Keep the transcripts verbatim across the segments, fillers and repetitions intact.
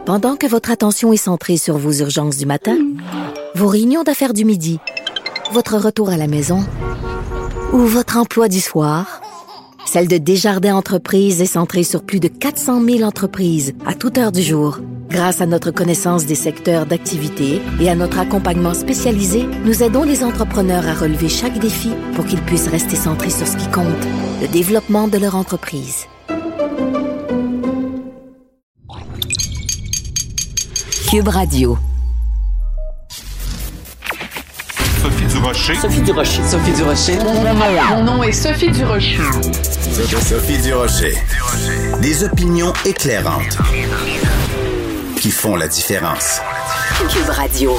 Pendant que votre attention est centrée sur vos urgences du matin, vos réunions d'affaires du midi, votre retour à la maison ou votre emploi du soir, celle de Desjardins Entreprises est centrée sur plus de quatre cent mille entreprises à toute heure du jour. Grâce à notre connaissance des secteurs d'activité et à notre accompagnement spécialisé, nous aidons les entrepreneurs à relever chaque défi pour qu'ils puissent rester centrés sur ce qui compte, le développement de leur entreprise. Cube Radio. Sophie Durocher. Sophie Durocher. Sophie Durocher. Mon nom est Sophie Durocher. Sophie Durocher. Des opinions éclairantes qui font la différence. Cube Radio.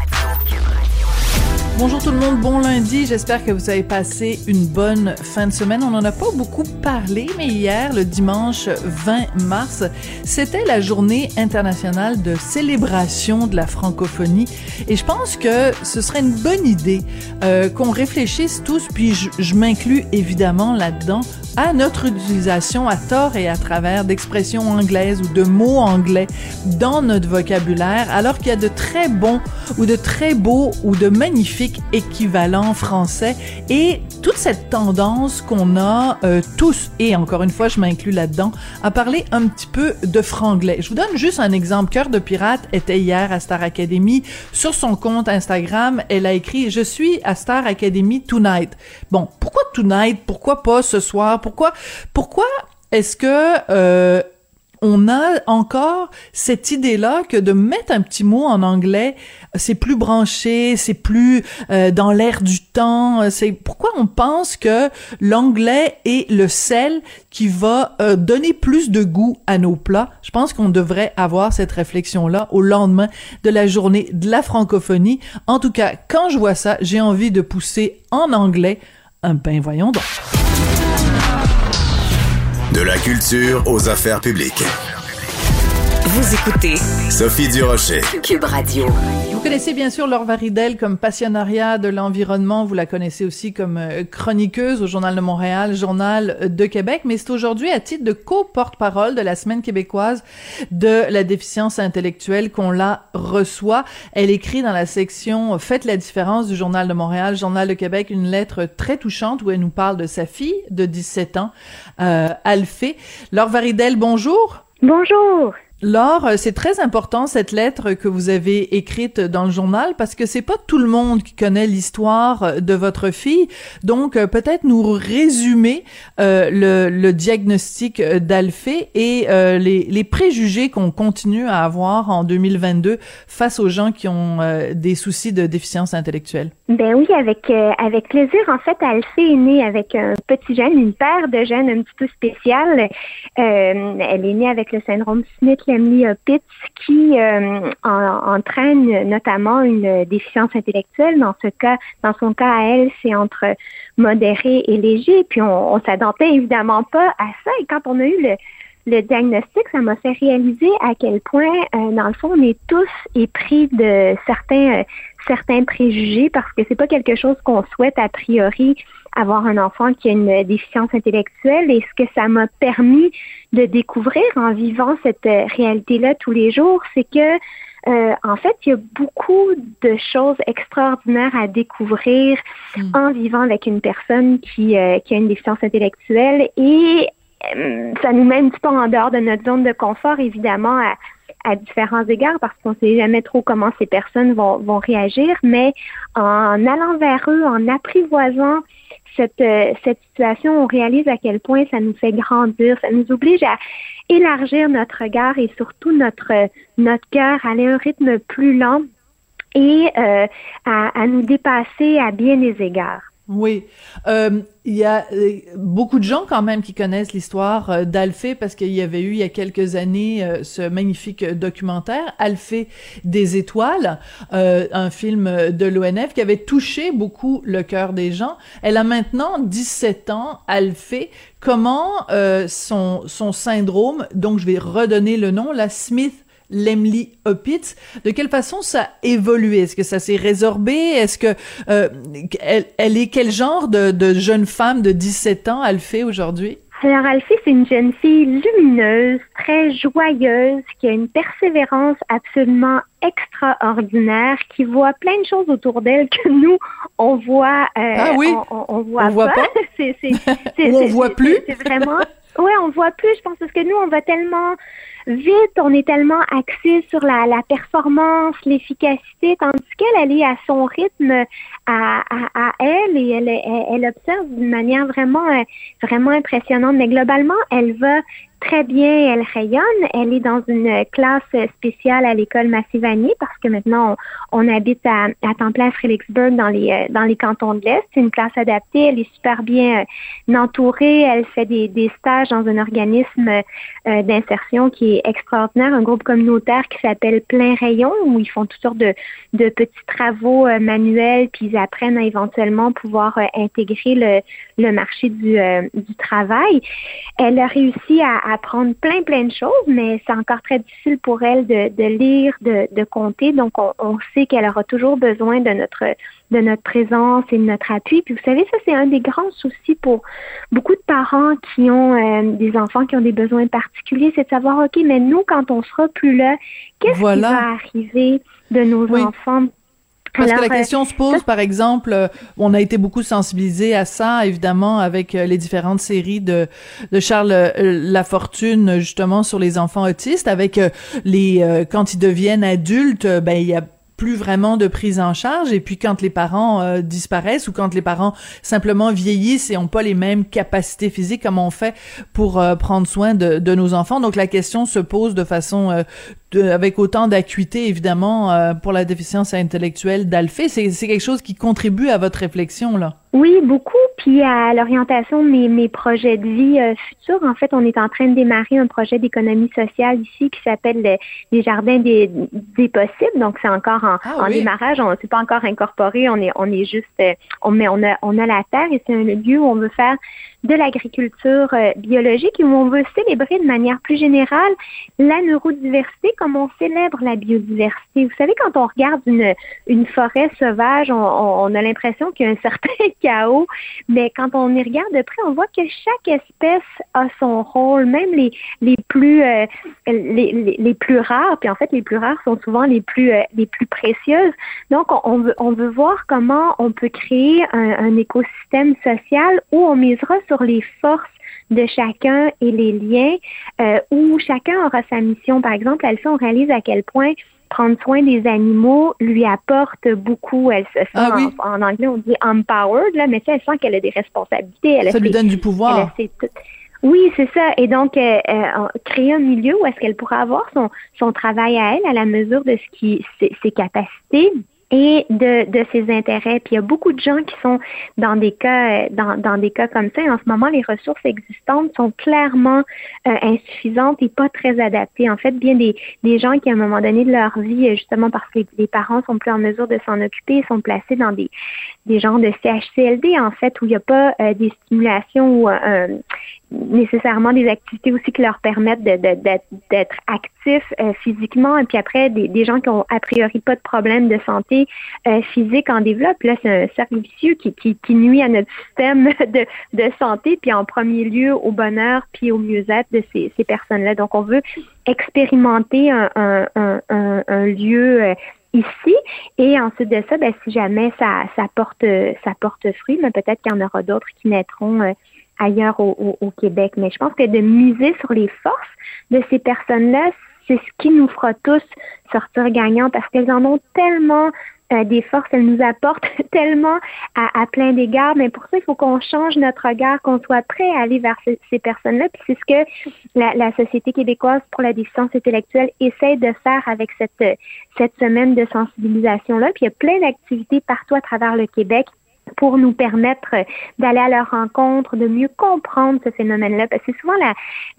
Bonjour tout le monde, bon lundi, j'espère que vous avez passé une bonne fin de semaine. On n'en a pas beaucoup parlé, mais hier, le dimanche vingt mars, c'était la journée internationale de célébration de la francophonie. Et je pense que ce serait une bonne idée euh, qu'on réfléchisse tous, puis je, je m'inclus évidemment là-dedans, à notre utilisation à tort et à travers d'expressions anglaises ou de mots anglais dans notre vocabulaire, alors qu'il y a de très bons ou de très beaux ou de magnifiques équivalents français. Et toute cette tendance qu'on a euh, tous, et encore une fois je m'inclus là-dedans, à parler un petit peu de franglais. Je vous donne juste un exemple. Cœur de pirate était hier à Star Academy. Sur son compte Instagram, elle a écrit « Je suis à Star Academy tonight ». Bon, pourquoi tonight? Pourquoi pas ce soir? Pourquoi, pourquoi est-ce que euh, on a encore cette idée-là que de mettre un petit mot en anglais, c'est plus branché, c'est plus euh, dans l'air du temps. C'est pourquoi on pense que l'anglais est le sel qui va euh, donner plus de goût à nos plats. Je pense qu'on devrait avoir cette réflexion-là au lendemain de la journée de la francophonie. En tout cas, quand je vois ça, j'ai envie de pousser en anglais un ben voyons donc. De la culture aux affaires publiques. Vous écoutez Sophie Durocher. Cube Radio. Vous connaissez bien sûr Laure Varidel comme passionnariat de l'environnement. Vous la connaissez aussi comme chroniqueuse au Journal de Montréal, Journal de Québec. Mais c'est aujourd'hui à titre de co-porte-parole de la Semaine québécoise de la déficience intellectuelle qu'on la reçoit. Elle écrit dans la section « Faites la différence » du Journal de Montréal, Journal de Québec, une lettre très touchante où elle nous parle de sa fille de dix-sept ans, euh, Alphée. Laure Varidel, bonjour. Bonjour. Laure, c'est très important cette lettre que vous avez écrite dans le journal parce que c'est pas tout le monde qui connaît l'histoire de votre fille. Donc peut-être nous résumer euh, le, le diagnostic d'Alphée et euh, les, les préjugés qu'on continue à avoir en deux mille vingt-deux face aux gens qui ont euh, des soucis de déficience intellectuelle. Ben oui, avec euh, avec plaisir. En fait, Alphée est née avec un petit gène, une paire de gènes un petit peu spéciale. Euh, elle est née avec le syndrome Smith-Lemli-Opitz qui euh, en, entraîne notamment une déficience intellectuelle. Dans ce cas, dans son cas à elle, c'est entre modéré et léger. Puis on, on s'attendait évidemment pas à ça. Et quand on a eu le Le diagnostic, ça m'a fait réaliser à quel point, euh, dans le fond, on est tous épris de certains euh, certains préjugés parce que c'est pas quelque chose qu'on souhaite a priori avoir un enfant qui a une déficience intellectuelle. Et ce que ça m'a permis de découvrir en vivant cette euh, réalité-là tous les jours, c'est que Euh, en fait, il y a beaucoup de choses extraordinaires à découvrir mmh. en vivant avec une personne qui, euh, qui a une déficience intellectuelle et euh, ça nous met un petit peu en dehors de notre zone de confort, évidemment, à, à différents égards parce qu'on ne sait jamais trop comment ces personnes vont, vont réagir, mais en allant vers eux, en apprivoisant cette, euh, cette situation, on réalise à quel point ça nous fait grandir, ça nous oblige à élargir notre regard et surtout notre notre cœur, aller à un rythme plus lent et euh, à, à nous dépasser à bien des égards. Oui. Euh, il y a euh, beaucoup de gens quand même qui connaissent l'histoire euh, d'Alphée parce qu'il y avait eu il y a quelques années euh, ce magnifique documentaire Alphée des étoiles, euh, un film de l'O N F qui avait touché beaucoup le cœur des gens. Elle a maintenant dix-sept ans, Alphée. Comment euh, son son syndrome, donc je vais redonner le nom, la Smith Lemli-Opitz, de quelle façon ça a évolué? Est-ce que ça s'est résorbé? Est-ce que euh, elle, elle est quel genre de, de jeune femme de dix-sept ans, Alphée, aujourd'hui? Alors, Alfie, c'est une jeune fille lumineuse, très joyeuse, qui a une persévérance absolument extraordinaire, qui voit plein de choses autour d'elle que nous, on voit, euh, ah oui? on, on, on voit on voit pas. pas. c'est, c'est, c'est, Ou on c'est, voit c'est, plus. C'est, c'est vraiment, ouais, on voit plus, je pense, parce que nous, on va tellement vite, on est tellement axé sur la, la performance, l'efficacité, tandis qu'elle, elle est à son rythme, à, à, à elle, et elle, elle, elle observe d'une manière vraiment, vraiment impressionnante. Mais globalement, elle va très bien, elle rayonne. Elle est dans une classe spéciale à l'école Massy-Vanier parce que maintenant, on, on habite à, à temps plein à Fredericksburg dans les, dans les cantons de l'Est. C'est une classe adaptée. Elle est super bien euh, entourée. Elle fait des, des stages dans un organisme euh, d'insertion qui est extraordinaire, un groupe communautaire qui s'appelle Plein Rayon, où ils font toutes sortes de, de petits travaux euh, manuels, puis ils apprennent à éventuellement pouvoir euh, intégrer le, le marché du, euh, du travail. Elle a réussi à apprendre plein, plein de choses, mais c'est encore très difficile pour elle de, de lire, de, de compter. Donc, on, on sait qu'elle aura toujours besoin de notre de notre présence et de notre appui. Puis, vous savez, ça, c'est un des grands soucis pour beaucoup de parents qui ont euh, des enfants qui ont des besoins particuliers, c'est de savoir, OK, mais nous, quand on sera plus là, qu'est-ce voilà. qui va arriver de nos oui. enfants? Parce Alors, que la question euh, se pose, par exemple, euh, on a été beaucoup sensibilisés à ça, évidemment, avec euh, les différentes séries de, de Charles euh, Lafortune, justement, sur les enfants autistes, avec euh, les euh, quand ils deviennent adultes, ben il y a plus vraiment de prise en charge, et puis quand les parents euh, disparaissent ou quand les parents simplement vieillissent et ont pas les mêmes capacités physiques comme on fait pour euh, prendre soin de, de nos enfants. Donc la question se pose de façon euh, de, avec autant d'acuité, évidemment, euh, pour la déficience intellectuelle d'Alphée. C'est, c'est quelque chose qui contribue à votre réflexion, là. Oui, beaucoup. Puis à l'orientation de mes, mes projets de vie euh, futurs, en fait, on est en train de démarrer un projet d'économie sociale ici qui s'appelle le, les jardins des, des possibles. Donc c'est encore en, ah, en oui. démarrage, on ne s'est pas encore incorporé, on est on est juste euh, on mais on a on a la terre et c'est un lieu où on veut faire de l'agriculture euh, biologique et où on veut célébrer de manière plus générale la neurodiversité comme on célèbre la biodiversité. Vous savez, quand on regarde une une forêt sauvage, on, on, on a l'impression qu'il y a un certain chaos, mais quand on y regarde de près, on voit que chaque espèce a son rôle, même les les plus euh, les, les les plus rares, puis en fait les plus rares sont souvent les plus euh, les plus précieuses. Donc on, on veut on veut voir comment on peut créer un, un écosystème social où on misera sur les forces de chacun et les liens, euh, où chacun aura sa mission. Par exemple, Alphée, on réalise à quel point prendre soin des animaux lui apporte beaucoup. Elle se sent, ah oui. en, en anglais, on dit empowered, là, mais ça, elle sent qu'elle a des responsabilités. Elle ça a lui ses, donne du pouvoir. Elle a ses, oui, c'est ça. Et donc, euh, euh, créer un milieu où est-ce qu'elle pourra avoir son, son travail à elle à la mesure de ce qui, ses, ses capacités et de, de ses intérêts. Puis il y a beaucoup de gens qui sont dans des cas dans, dans des cas comme ça. Et en ce moment, les ressources existantes sont clairement euh, insuffisantes et pas très adaptées. En fait, bien des, des gens qui, à un moment donné de leur vie, justement parce que les, les parents sont plus en mesure de s'en occuper, sont placés dans des, des genres de C H C L D, en fait, où il n'y a pas euh, des stimulations ou euh, nécessairement des activités aussi qui leur permettent de, de, d'être, d'être actifs euh, physiquement. Et puis après, des, des gens qui ont a priori pas de problème de santé Euh, physique en développe. Là, c'est un cercle vicieux qui, qui, qui nuit à notre système de, de santé, puis en premier lieu au bonheur, puis au mieux-être de ces, ces personnes-là. Donc, on veut expérimenter un, un, un, un, un lieu euh, ici, et ensuite de ça, ben, si jamais ça, ça porte ça porte fruit, mais peut-être qu'il y en aura d'autres qui naîtront euh, ailleurs au, au, au Québec. Mais je pense que de miser sur les forces de ces personnes-là, c'est ce qui nous fera tous sortir gagnants parce qu'elles en ont tellement euh, des forces, elles nous apportent tellement à, à plein d'égards. Mais pour ça, il faut qu'on change notre regard, qu'on soit prêt à aller vers ce, ces personnes-là. Puis c'est ce que la, la Société québécoise pour la déficience intellectuelle essaie de faire avec cette, cette semaine de sensibilisation-là. Puis il y a plein d'activités partout à travers le Québec pour nous permettre d'aller à leur rencontre, de mieux comprendre ce phénomène-là. Parce que c'est souvent la,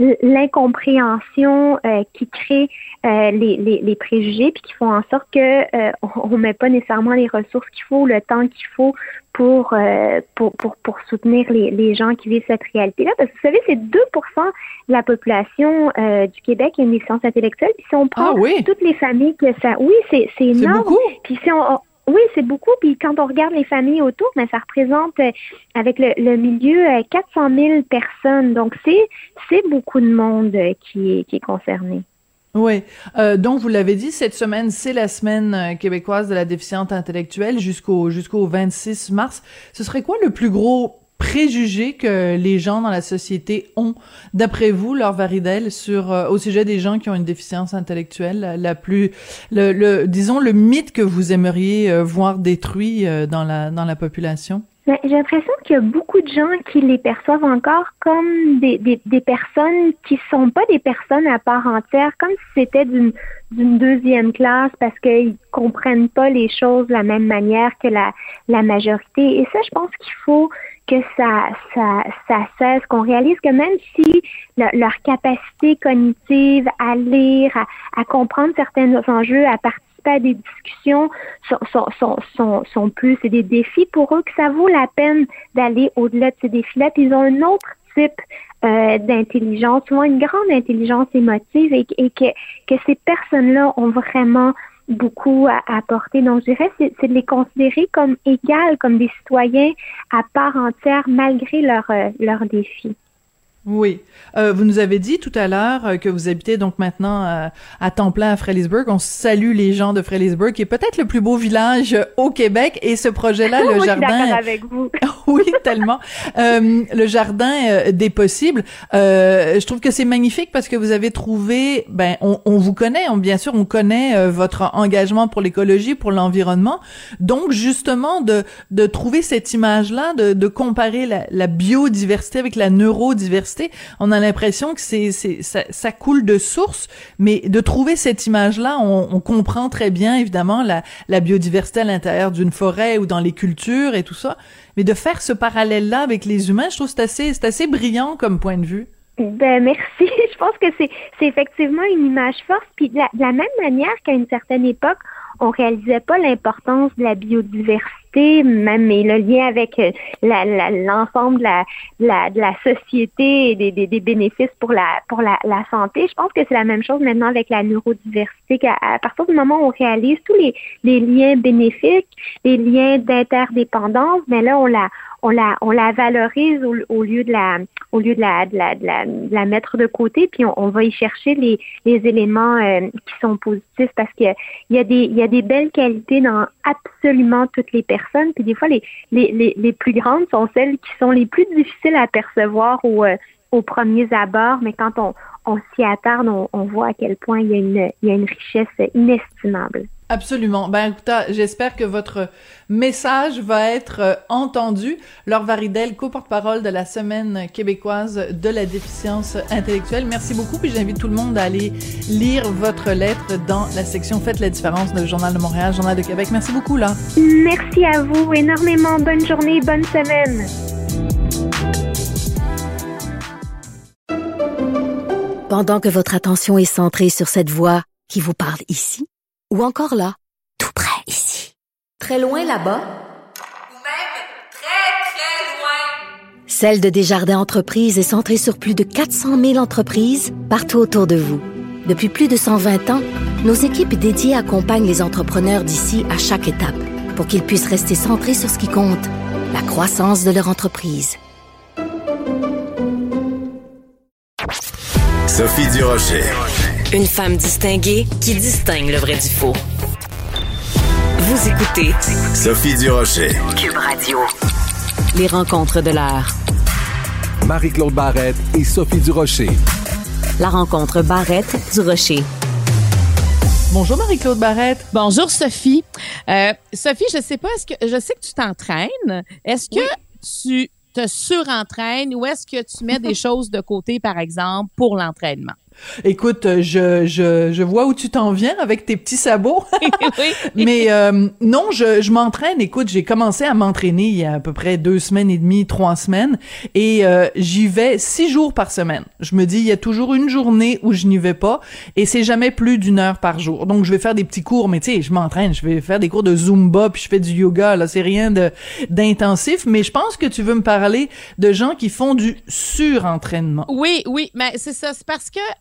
l'incompréhension euh, qui crée euh, les, les, les préjugés puis qui font en sorte que euh, on ne met pas nécessairement les ressources qu'il faut, le temps qu'il faut pour euh, pour, pour, pour soutenir les, les gens qui vivent cette réalité-là. Parce que vous savez, c'est deux pour cent de la population euh, du Québec qui a une déficience intellectuelle. Puis si on prend ah oui. toutes les familles que ça... Oui, c'est, c'est énorme. C'est beaucoup. Puis si on... Oui, c'est beaucoup. Puis quand on regarde les familles autour, ben, ça représente, euh, avec le, le milieu, euh, quatre cent mille personnes. Donc, c'est c'est beaucoup de monde euh, qui est, qui est concerné. Oui. Euh, donc, vous l'avez dit, cette semaine, c'est la semaine euh, québécoise de la déficience intellectuelle jusqu'au jusqu'au vingt-six mars. Ce serait quoi le plus gros préjugés que les gens dans la société ont, d'après vous, Laure Varidel, sur euh, au sujet des gens qui ont une déficience intellectuelle, la, la plus, le, le, disons, le mythe que vous aimeriez euh, voir détruit euh, dans la dans la population? Ben, j'ai l'impression qu'il y a beaucoup de gens qui les perçoivent encore comme des, des, des personnes qui sont pas des personnes à part entière, comme si c'était d'une d'une deuxième classe parce qu'ils comprennent pas les choses de la même manière que la la majorité. Et ça, je pense qu'il faut que ça ça ça cesse, qu'on réalise que même si le, leur capacité cognitive à lire, à, à comprendre certains enjeux, à participer à des discussions sont, sont, sont, sont, sont plus, c'est des défis pour eux, que ça vaut la peine d'aller au-delà de ces défis-là. Puis ils ont un autre type euh, d'intelligence, souvent une grande intelligence émotive, et, et que, que ces personnes-là ont vraiment beaucoup à apporter. Donc, je dirais, c'est, c'est de les considérer comme égales, comme des citoyens à part entière, malgré leurs euh, leurs défis. Oui. Euh, vous nous avez dit tout à l'heure euh, que vous habitez donc maintenant euh, à temps plein à Frelighsburg. On salue les gens de Frelighsburg, qui est peut-être le plus beau village euh, au Québec. Et ce projet-là, oh, le moi, jardin... Je suis d'accord avec vous. Oui, tellement. Euh, le jardin euh, des possibles. Euh, je trouve que c'est magnifique parce que vous avez trouvé... Ben, on, on vous connaît, on, bien sûr, on connaît euh, votre engagement pour l'écologie, pour l'environnement. Donc, justement, de de trouver cette image-là, de, de comparer la, la biodiversité avec la neurodiversité, on a l'impression que c'est, c'est ça, ça coule de source, mais de trouver cette image-là, on, on comprend très bien, évidemment, la, la biodiversité à l'intérieur d'une forêt ou dans les cultures et tout ça, mais de faire ce parallèle-là avec les humains, je trouve que c'est assez, c'est assez brillant comme point de vue. Ben merci. Je pense que c'est, c'est effectivement une image forte. Puis de la, de la même manière qu'à une certaine époque, on réalisait pas l'importance de la biodiversité, même et le lien avec la, la, l'ensemble de la, de la, de la société et des, des, des bénéfices pour la pour la, la santé. Je pense que c'est la même chose maintenant avec la neurodiversité. Qu'à, à partir du moment où on réalise tous les, les liens bénéfiques, les liens d'interdépendance, mais là on la on la on la valorise au, au lieu de la au lieu de la de la de la, de la mettre de côté, puis on, on va y chercher les les éléments euh, qui sont positifs, parce que il y a des il y a des belles qualités dans absolument toutes les personnes, puis des fois les les les, les plus grandes sont celles qui sont les plus difficiles à percevoir au euh, aux premiers abords, mais quand on on s'y attarde, on, on voit à quel point il y a une il y a une richesse inestimable. Absolument. Ben, écoutez, j'espère que votre message va être euh, entendu. Laure Varidel, co-porte-parole de la Semaine québécoise de la déficience intellectuelle. Merci beaucoup, puis j'invite tout le monde à aller lire votre lettre dans la section Faites la différence de Journal de Montréal, Journal de Québec. Merci beaucoup, Laure. Merci à vous énormément. Bonne journée, bonne semaine. Pendant que votre attention est centrée sur cette voix qui vous parle ici, ou encore là, tout près ici, très loin là-bas, ou même très, très loin. Celle de Desjardins Entreprises est centrée sur plus de quatre cent mille entreprises partout autour de vous. Depuis plus de cent vingt ans, nos équipes dédiées accompagnent les entrepreneurs d'ici à chaque étape pour qu'ils puissent rester centrés sur ce qui compte, la croissance de leur entreprise. Sophie Durocher. Une femme distinguée qui distingue le vrai du faux. Vous écoutez Sophie Durocher. Cube Radio. Les rencontres de l'heure. Marie-Claude Barrette et Sophie Durocher. La rencontre Barrette-Durocher. Bonjour Marie-Claude Barrette. Bonjour Sophie. Euh, Sophie, je sais pas, est-ce que je sais que tu t'entraînes. Est-ce que oui. tu te surentraînes ou est-ce que tu mets des choses de côté, par exemple, pour l'entraînement? Écoute, je je je vois où tu t'en viens avec tes petits sabots. Oui. Mais euh, non, je je m'entraîne. Écoute, j'ai commencé à m'entraîner il y a à peu près deux semaines et demie, trois semaines, et euh, j'y vais six jours par semaine. Je me dis, il y a toujours une journée où je n'y vais pas, et c'est jamais plus d'une heure par jour. Donc je vais faire des petits cours, mais tu sais, je m'entraîne. Je vais faire des cours de Zumba, puis je fais du yoga. Là, c'est rien de d'intensif. Mais je pense que tu veux me parler de gens qui font du surentraînement. Oui, oui, mais c'est ça. C'est parce que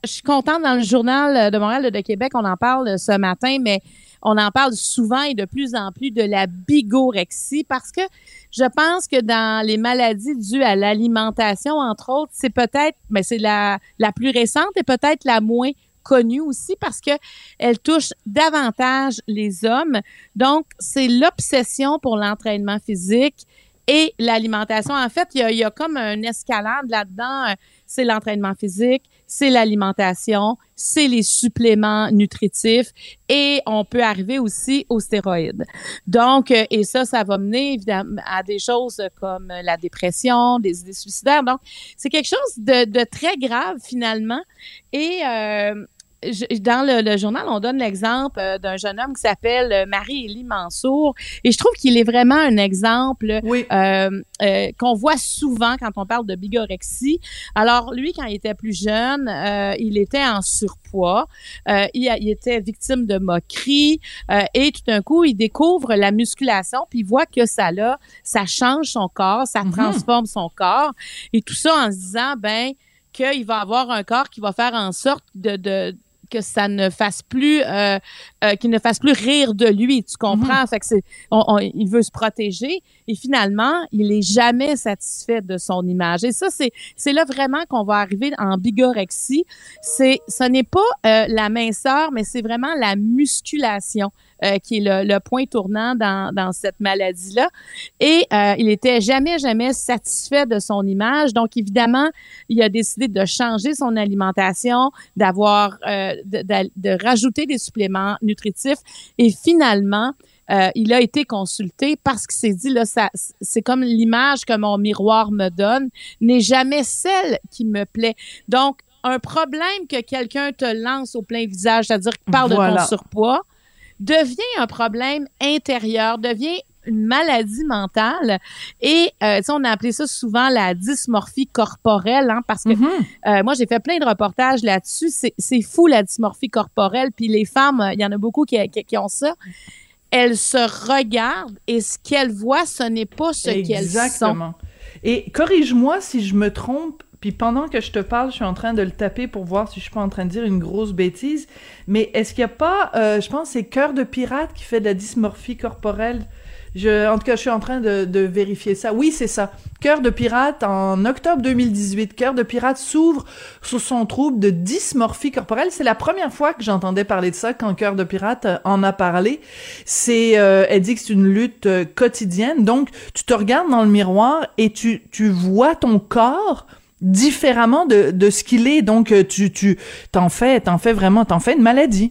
je suis contente dans le journal de Montréal de Québec, on en parle ce matin, mais on en parle souvent et de plus en plus de la bigorexie parce que je pense que dans les maladies dues à l'alimentation, entre autres, c'est peut-être, mais c'est la, la plus récente et peut-être la moins connue aussi parce que elle touche davantage les hommes. Donc, c'est l'obsession pour l'entraînement physique et l'alimentation. En fait, il y a, il y a comme une escalade là-dedans. C'est l'entraînement physique, c'est l'alimentation, c'est les suppléments nutritifs et on peut arriver aussi aux stéroïdes. Donc, et ça, ça va mener évidemment à des choses comme la dépression, des idées suicidaires. Donc, c'est quelque chose de, de très grave finalement. Et euh, je, dans le, le journal, on donne l'exemple euh, d'un jeune homme qui s'appelle Marie-Élie Mansour et je trouve qu'il est vraiment un exemple oui. euh, euh, qu'on voit souvent quand on parle de bigorexie. Alors, lui, quand il était plus jeune, euh, il était en surpoids, euh, il, il était victime de moqueries euh, et tout d'un coup, il découvre la musculation puis il voit que ça là, ça change son corps, ça mm-hmm. transforme son corps et tout ça en se disant, ben, qu'il va avoir un corps qui va faire en sorte de, de que ça ne fasse plus, euh, euh, qu'il ne fasse plus rire de lui, tu comprends? Mm-hmm. Fait que c'est, on, on, il veut se protéger et finalement, il est jamais satisfait de son image. Et ça, c'est, c'est là vraiment qu'on va arriver en bigorexie. C'est, ce n'est pas euh, la minceur, mais c'est vraiment la musculation. Euh, qui est le, le point tournant dans, dans cette maladie-là. Et euh, il était jamais, jamais satisfait de son image. Donc, évidemment, il a décidé de changer son alimentation, d'avoir, euh, de, de, de rajouter des suppléments nutritifs. Et finalement, euh, il a été consulté parce qu'il s'est dit, là, ça, c'est comme l'image que mon miroir me donne n'est jamais celle qui me plaît. Donc, un problème que quelqu'un te lance au plein visage, c'est-à-dire qu'il parle voilà. de ton surpoids, devient un problème intérieur, devient une maladie mentale et euh, tu sais on a appelé ça souvent la dysmorphie corporelle hein, parce que mm-hmm. euh, moi j'ai fait plein de reportages là-dessus, c'est c'est fou la dysmorphie corporelle puis les femmes, il y en a beaucoup qui, qui, qui ont ça. Elles se regardent et ce qu'elles voient, ce n'est pas ce Exactement. qu'elles sont. Exactement. Et corrige-moi si je me trompe. Puis pendant que je te parle, je suis en train de le taper pour voir si je suis pas en train de dire une grosse bêtise. Mais est-ce qu'il y a pas, euh, je pense, c'est Cœur de pirate qui fait de la dysmorphie corporelle. Je, en tout cas, je suis en train de, de vérifier ça. Oui, c'est ça. Cœur de pirate, en octobre deux mille dix-huit, Cœur de pirate s'ouvre sur son trouble de dysmorphie corporelle. C'est la première fois que j'entendais parler de ça quand Cœur de pirate en a parlé. C'est, euh, elle dit que c'est une lutte euh, quotidienne. Donc, tu te regardes dans le miroir et tu, tu vois ton corps différemment de, de ce qu'il est. Donc, tu, tu, t'en fais, t'en fais vraiment, t'en fais une maladie.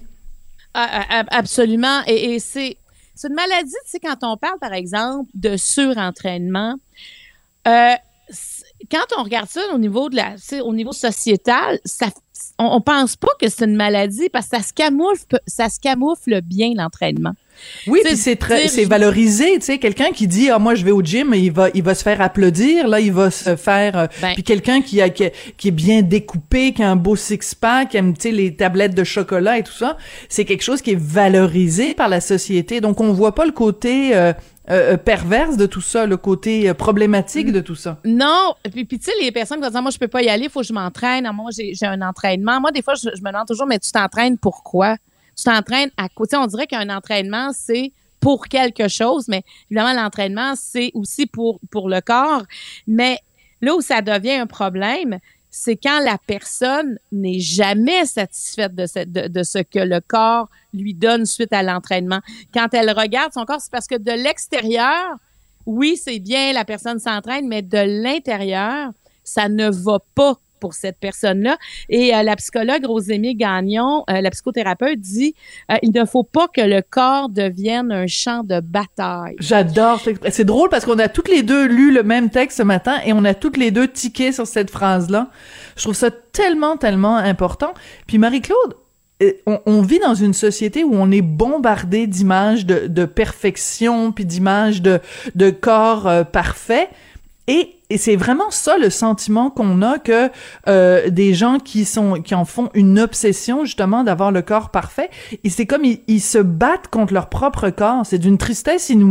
Ah, absolument. Et, et c'est, c'est une maladie, tu sais, quand on parle, par exemple, de surentraînement, euh, quand on regarde ça au niveau de la, tu sais, au niveau sociétal, ça, on, on pense pas que c'est une maladie parce que ça se camoufle, ça se camoufle bien l'entraînement. Oui, puis c'est très, c'est valorisé, tu sais, quelqu'un qui dit ah moi je vais au gym, il va il va se faire applaudir, là il va se faire euh, ben. Puis quelqu'un qui a qui, qui est bien découpé, qui a un beau six-pack, qui aime tu sais les tablettes de chocolat et tout ça, c'est quelque chose qui est valorisé par la société. Donc on voit pas le côté euh, Euh, perverse de tout ça, le côté euh, problématique de tout ça. Non, puis, puis tu sais, les personnes qui vont dire, moi, je peux pas y aller, il faut que je m'entraîne, moi, j'ai, j'ai un entraînement. Moi, des fois, je, je me demande toujours, mais tu t'entraînes pourquoi? Tu t'entraînes à côté. On dirait qu'un entraînement, c'est pour quelque chose, mais évidemment, l'entraînement, c'est aussi pour, pour le corps. Mais là où ça devient un problème, c'est quand la personne n'est jamais satisfaite de ce, de, de ce que le corps lui donne suite à l'entraînement. Quand elle regarde son corps, c'est parce que de l'extérieur, oui, c'est bien, la personne s'entraîne, mais de l'intérieur, ça ne va pas pour cette personne-là. Et euh, la psychologue Rosémie Gagnon, euh, la psychothérapeute, dit euh, il ne faut pas que le corps devienne un champ de bataille. J'adore. C'est drôle parce qu'on a toutes les deux lu le même texte ce matin et on a toutes les deux tiqué sur cette phrase-là. Je trouve ça tellement, tellement important. Puis Marie-Claude, on, on vit dans une société où on est bombardé d'images de, de perfection puis d'images de, de corps euh, parfaits. Et, et c'est vraiment ça le sentiment qu'on a que euh, des gens qui sont qui en font une obsession justement d'avoir le corps parfait. Et c'est comme ils, ils se battent contre leur propre corps. C'est d'une tristesse inouïe.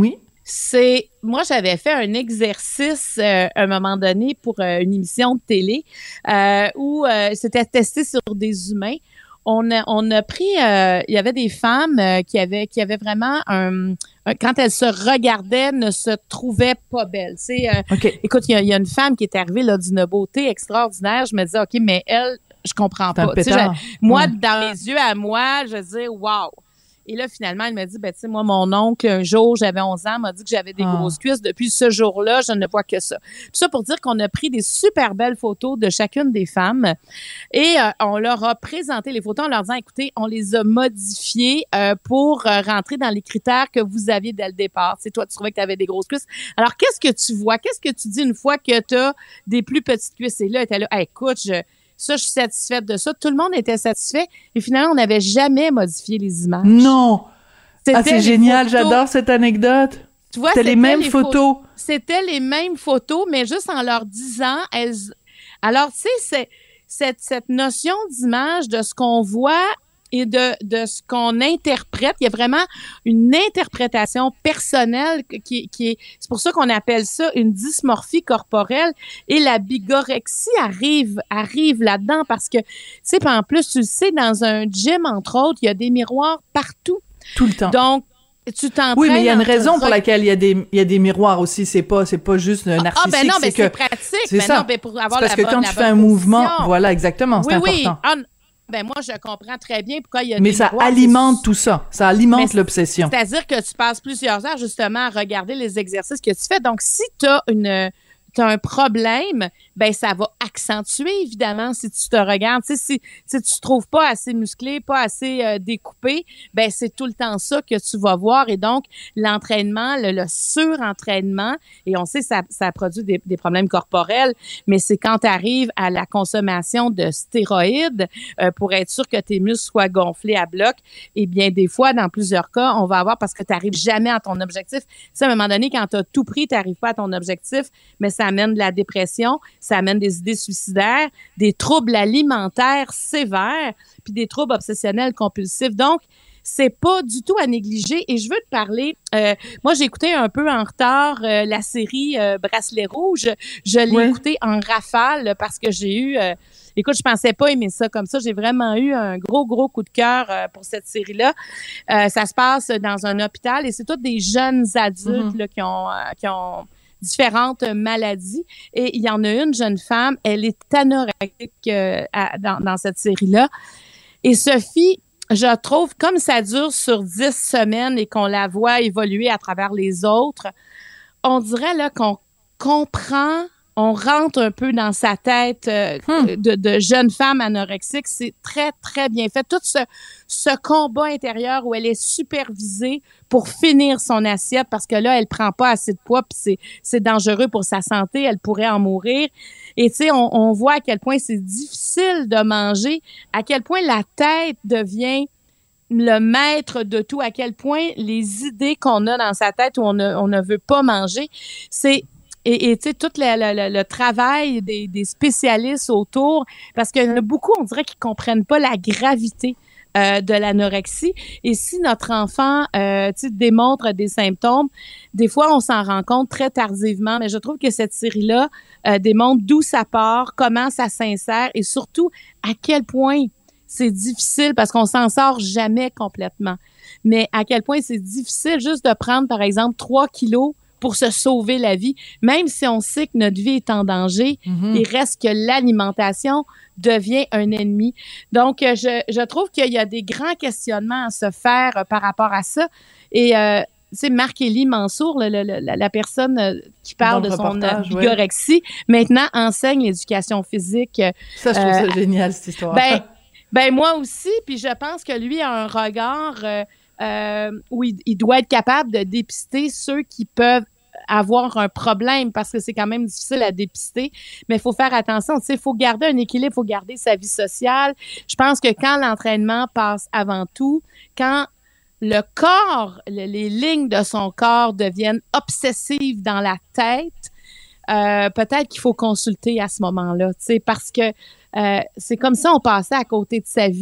c'est, moi, j'avais fait un exercice euh, à un moment donné pour euh, une émission de télé euh, où euh, c'était testé sur des humains. On a, on a pris, euh, il y avait des femmes euh, qui avaient, qui avaient vraiment un, un, quand elles se regardaient, ne se trouvaient pas belles. C'est, euh, okay. Écoute, il y, y a une femme qui est arrivée là d'une beauté extraordinaire. Je me disais, ok, mais elle, je comprends C'est pas. Tu sais, moi, ouais. dans mes yeux à moi, je dis, wow. Et là, finalement, elle m'a dit, ben, tu sais, moi, mon oncle, un jour, j'avais onze ans, m'a dit que j'avais des ah. grosses cuisses. Depuis ce jour-là, je ne vois que ça. Tout ça pour dire qu'on a pris des super belles photos de chacune des femmes et euh, on leur a présenté les photos en leur disant, écoutez, on les a modifiées euh, pour euh, rentrer dans les critères que vous aviez dès le départ. Tu sais, toi, tu trouvais que tu avais des grosses cuisses. Alors, qu'est-ce que tu vois? Qu'est-ce que tu dis une fois que tu as des plus petites cuisses? Et là, elle était là, hey, écoute, je... Ça, je suis satisfaite de ça. Tout le monde était satisfait. Et finalement, on n'avait jamais modifié les images. Non! C'était ah, c'est génial. photos. J'adore cette anecdote. Tu vois, c'était, c'était les mêmes les photos. Pho- c'était les mêmes photos, mais juste en leur disant... Elles... Alors, tu sais, c'est, cette, cette notion d'image, de ce qu'on voit et de, de ce qu'on interprète, il y a vraiment une interprétation personnelle qui, qui est... C'est pour ça qu'on appelle ça une dysmorphie corporelle. Et la bigorexie arrive, arrive là-dedans parce que, tu sais, en plus, tu le sais, dans un gym, entre autres, il y a des miroirs partout. Tout le temps. Donc, tu t'entraînes. Oui, mais il y a une raison re... pour laquelle il y a des il y a des miroirs aussi. C'est pas c'est pas juste un narcissique. Ah ben non, mais c'est, c'est que, pratique. C'est ben ça. Non, ben pour avoir c'est parce la que bonne, quand tu la fais un position. mouvement, voilà, exactement, c'est oui, important. Oui, ah, ben moi je comprends très bien pourquoi il y a. Mais des ça miroirs, alimente tout ça. Ça alimente mais l'obsession. C'est-à-dire que tu passes plusieurs heures justement à regarder les exercices que tu fais. Donc si tu as une t'as un problème, ben ça va accentuer évidemment si tu te regardes. Tu sais, si, si tu te trouves pas assez musclé, pas assez euh, découpé, ben c'est tout le temps ça que tu vas voir. Et donc l'entraînement, le, le surentraînement, et on sait ça ça produit des, des problèmes corporels, mais c'est quand tu arrives à la consommation de stéroïdes euh, pour être sûr que tes muscles soient gonflés à bloc. Et bien des fois, dans plusieurs cas, on va avoir parce que tu n'arrives jamais à ton objectif. Tu sais, à un moment donné, quand tu as tout pris, tu n'arrives pas à ton objectif, mais ça amène de la dépression, ça amène des idées suicidaires, des troubles alimentaires sévères, puis des troubles obsessionnels compulsifs. Donc, c'est pas du tout à négliger. Et je veux te parler, euh, moi j'ai écouté un peu en retard euh, la série euh, Bracelet rouge. Je l'ai ouais. écouté en rafale parce que j'ai eu... Euh, écoute, je pensais pas aimer ça comme ça. J'ai vraiment eu un gros, gros coup de cœur euh, pour cette série-là. Euh, ça se passe dans un hôpital et c'est tous des jeunes adultes mm-hmm. là, qui ont... Euh, qui ont différentes maladies. Et il y en a une jeune femme, elle est anorexique euh, à, dans, dans cette série-là. Et Sophie, je trouve, comme ça dure sur dix semaines et qu'on la voit évoluer à travers les autres, on dirait là qu'on comprend, on rentre un peu dans sa tête euh, hmm. de, de jeune femme anorexique. C'est très, très bien fait. Tout ce, ce combat intérieur où elle est supervisée pour finir son assiette parce que là, elle prend pas assez de poids puis c'est, c'est dangereux pour sa santé. Elle pourrait en mourir. Et tu sais, on, on voit à quel point c'est difficile de manger, à quel point la tête devient le maître de tout, à quel point les idées qu'on a dans sa tête où on ne, on ne veut pas manger, c'est... Et, et tu sais, tout le, le, le travail des, des spécialistes autour, parce qu'il y en a beaucoup, on dirait qu'ils comprennent pas la gravité euh, de l'anorexie. Et si notre enfant, euh, tu sais, démontre des symptômes, des fois, on s'en rend compte très tardivement. Mais je trouve que cette série-là euh, démontre d'où ça part, comment ça s'insère et surtout à quel point c'est difficile parce qu'on s'en sort jamais complètement. Mais à quel point c'est difficile juste de prendre, par exemple, trois kilos pour se sauver la vie, même si on sait que notre vie est en danger, mm-hmm. il reste que l'alimentation devient un ennemi. Donc, je, je trouve qu'il y a des grands questionnements à se faire euh, par rapport à ça. Et, euh, tu sais, Marc-Élie Mansour, le, le, la, la personne euh, qui parle de son euh, bigorexie, ouais. maintenant enseigne l'éducation physique. Ça, je trouve euh, ça génial, cette histoire. Ben, ben moi aussi, puis je pense que lui a un regard... Euh, Euh, où il, il doit être capable de dépister ceux qui peuvent avoir un problème parce que c'est quand même difficile à dépister, mais il faut faire attention, tu sais, il faut garder un équilibre, il faut garder sa vie sociale. Je pense que quand l'entraînement passe avant tout, quand le corps, le, les lignes de son corps deviennent obsessives dans la tête, euh, peut-être qu'il faut consulter à ce moment-là, tu sais, parce que euh, c'est comme ça on passait à côté de sa vie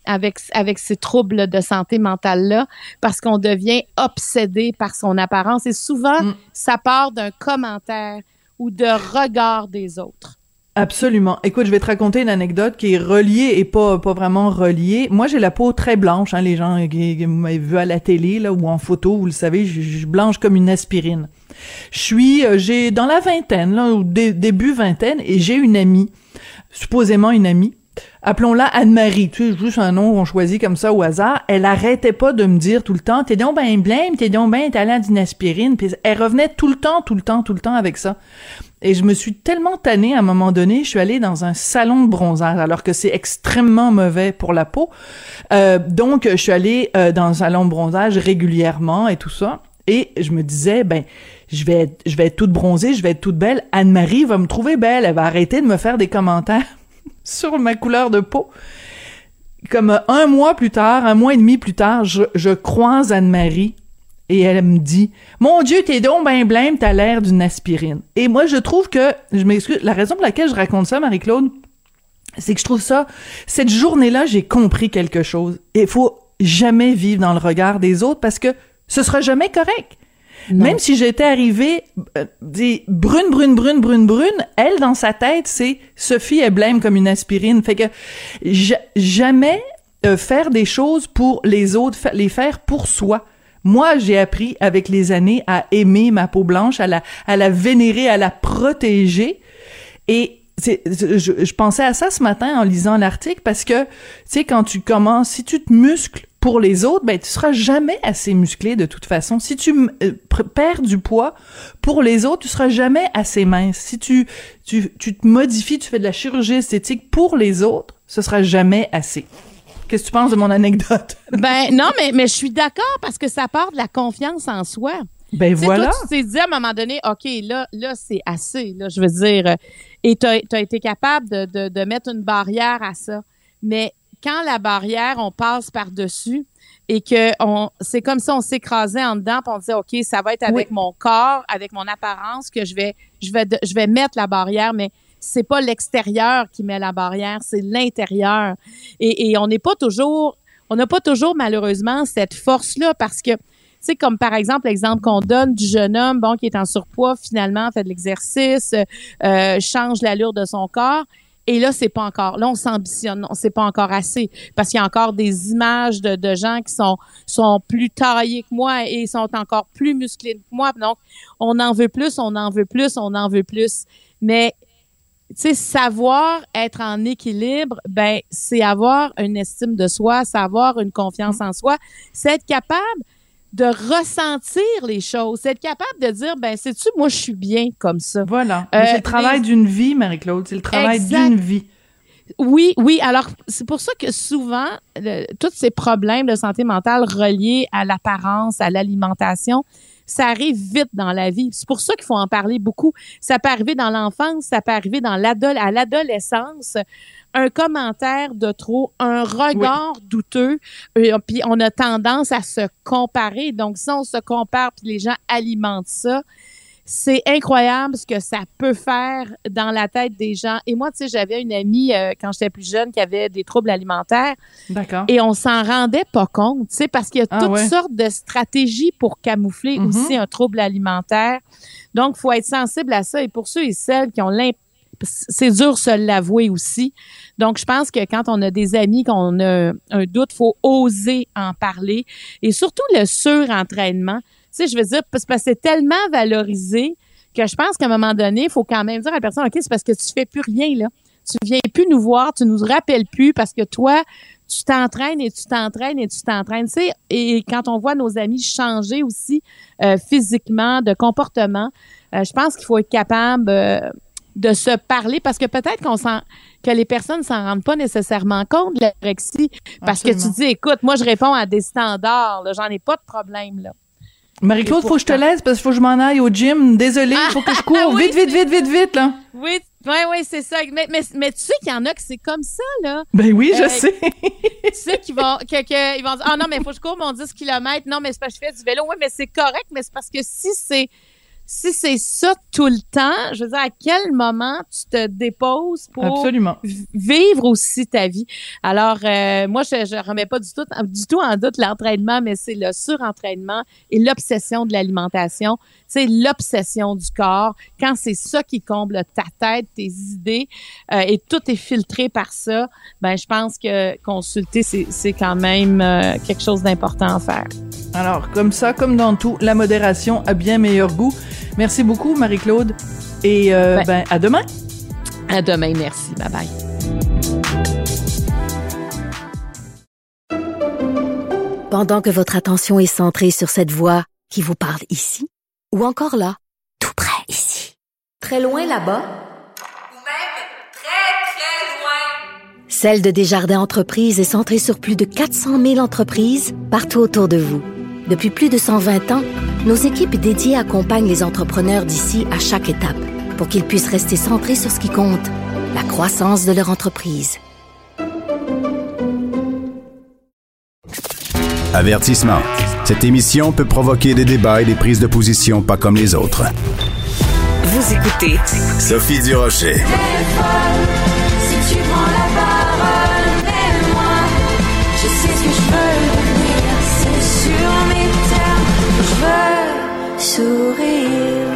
avec avec ces troubles de santé mentale-là, parce qu'on devient obsédé par son apparence. Et souvent, mm. ça part d'un commentaire ou de regard des autres. Absolument. Écoute, je vais te raconter une anecdote qui est reliée et pas pas vraiment reliée. Moi, j'ai la peau très blanche, hein, les gens qui, qui m'avaient vu à la télé là ou en photo, vous le savez, je suis blanche comme une aspirine. Je suis, euh, j'ai dans la vingtaine, là, ou dé, début vingtaine, et j'ai une amie, supposément une amie, appelons-la Anne-Marie, tu sais, juste un nom qu'on choisit comme ça au hasard. Elle arrêtait pas de me dire tout le temps, t'es donc ben blême, t'es donc ben talent d'une aspirine, puis elle revenait tout le temps, tout le temps, tout le temps avec ça. Et je me suis tellement tannée à un moment donné, je suis allée dans un salon de bronzage, alors que c'est extrêmement mauvais pour la peau. Euh, donc, je suis allée euh, dans un salon de bronzage régulièrement et tout ça. Et je me disais, ben, je vais être, je vais être toute bronzée, je vais être toute belle. Anne-Marie va me trouver belle, elle va arrêter de me faire des commentaires sur ma couleur de peau. Comme un mois plus tard, un mois et demi plus tard, je, je croise Anne-Marie. Et elle me dit, mon Dieu, t'es donc ben blême, t'as l'air d'une aspirine. Et moi, je trouve que, je m'excuse, la raison pour laquelle je raconte ça, Marie-Claude, c'est que je trouve ça, cette journée-là, j'ai compris quelque chose. Et il faut jamais vivre dans le regard des autres parce que ce sera jamais correct. Non. Même si j'étais arrivée, euh, des brune, brune, brune, brune, brune, elle, dans sa tête, c'est Sophie est blême comme une aspirine. Fait que, j- jamais euh, faire des choses pour les autres, fa- les faire pour soi. Moi, j'ai appris avec les années à aimer ma peau blanche, à la, à la vénérer, à la protéger. Et c'est, je, je pensais à ça ce matin en lisant l'article parce que, tu sais, quand tu commences, si tu te muscles pour les autres, ben tu seras jamais assez musclé de toute façon. Si tu euh, perds du poids pour les autres, tu seras jamais assez mince. Si tu, tu, tu te modifies, tu fais de la chirurgie esthétique pour les autres, ce sera jamais assez. Qu'est-ce que tu penses de mon anecdote? Ben non, mais, mais je suis d'accord parce que ça part de la confiance en soi. Ben t'sais, voilà. Toi, tu t'es dit à un moment donné, OK, là, là c'est assez, là, je veux dire. Et tu as été capable de, de, de mettre une barrière à ça. Mais quand la barrière, on passe par-dessus et que on, c'est comme si on s'écrasait en dedans puis on disait, OK, ça va être avec oui. mon corps, avec mon apparence que je vais, je vais, je vais mettre la barrière, mais c'est pas l'extérieur qui met la barrière, c'est l'intérieur. Et, et on n'est pas toujours, on n'a pas toujours malheureusement cette force-là parce que, tu sais, comme par exemple l'exemple qu'on donne du jeune homme, bon, qui est en surpoids, finalement fait de l'exercice, euh, change l'allure de son corps. Et là, c'est pas encore. Là, on s'ambitionne. Non, c'est pas encore assez. Parce qu'il y a encore des images de, de gens qui sont, sont plus taillés que moi et sont encore plus musclés que moi. Donc, on en veut plus, on en veut plus, on en veut plus. Mais, tu sais, savoir être en équilibre, ben, c'est avoir une estime de soi, c'est avoir une confiance en soi, c'est être capable de ressentir les choses, c'est être capable de dire, ben, sais-tu, moi, je suis bien comme ça. Voilà. Euh, c'est le travail mais... d'une vie, Marie-Claude. C'est le travail exact. d'une vie. Oui, oui. Alors, c'est pour ça que souvent, le, tous ces problèmes de santé mentale reliés à l'apparence, à l'alimentation, ça arrive vite dans la vie. C'est pour ça qu'il faut en parler beaucoup. Ça peut arriver dans l'enfance, ça peut arriver dans l'adol- à l'adolescence. Un commentaire de trop, un regard oui. douteux, euh, puis on a tendance à se comparer. Donc, si on se compare puis les gens alimentent ça, c'est incroyable ce que ça peut faire dans la tête des gens. Et moi, tu sais, j'avais une amie euh, quand j'étais plus jeune qui avait des troubles alimentaires. D'accord. Et on s'en rendait pas compte, tu sais, parce qu'il y a ah, toutes ouais. sortes de stratégies pour camoufler mm-hmm. aussi un trouble alimentaire. Donc, il faut être sensible à ça. Et pour ceux et celles qui ont l'impression, c'est dur de se l'avouer aussi. Donc, je pense que quand on a des amis, qu'on a un doute, il faut oser en parler. Et surtout le surentraînement. Tu sais, je veux dire, parce que c'est tellement valorisé que je pense qu'à un moment donné, il faut quand même dire à la personne, OK, c'est parce que tu fais plus rien, là. Tu viens plus nous voir, tu nous rappelles plus parce que toi, tu t'entraînes et tu t'entraînes et tu t'entraînes. Tu sais, et quand on voit nos amis changer aussi euh, physiquement, de comportement, euh, je pense qu'il faut être capable euh, de se parler parce que peut-être qu'on sent que les personnes s'en rendent pas nécessairement compte de l'anorexie parce Absolument. que tu dis, écoute, moi, je réponds à des standards, là, j'en ai pas de problème, là. Marie-Claude, faut que je te laisse parce qu'il faut que je m'en aille au gym. Désolée, il faut que je cours. Oui, vite, vite, vite, vite, vite, là. Oui, oui, oui, c'est ça. Mais, mais, mais tu sais qu'il y en a que c'est comme ça, là. Ben oui, je euh, sais. Tu sais qu'ils vont, que, que, ils vont dire, ah non, mais il faut que je cours mon dix kilomètres. Non, mais c'est parce que je fais du vélo. Oui, mais c'est correct, mais c'est parce que si c'est, si c'est ça tout le temps, je veux dire, à quel moment tu te déposes pour Absolument. v- vivre aussi ta vie? Alors, euh, moi, je, je remets pas du tout, du tout en doute l'entraînement, mais c'est le surentraînement et l'obsession de l'alimentation. C'est l'obsession du corps. Quand c'est ça qui comble ta tête, tes idées, euh, et tout est filtré par ça, ben, je pense que consulter, c'est, c'est quand même euh, quelque chose d'important à faire. Alors, comme ça, comme dans tout, la modération a bien meilleur goût. Merci beaucoup, Marie-Claude. Et euh, ben, ben, à demain. À demain, merci. Bye-bye. Pendant que votre attention est centrée sur cette voix qui vous parle ici, ou encore là, tout près ici, très loin là-bas, Ou même très, très loin. Celle de Desjardins Entreprises est centrée sur plus de quatre cent mille entreprises partout autour de vous. Depuis plus de cent vingt ans, nos équipes dédiées accompagnent les entrepreneurs d'ici à chaque étape pour qu'ils puissent rester centrés sur ce qui compte, la croissance de leur entreprise. Avertissement. Cette émission peut provoquer des débats et des prises de position pas comme les autres. Vous écoutez Sophie Durocher. Si tu prends la parole, aime-moi. Je sais ce que je veux devenir, c'est sur mes termes. Je veux sourire.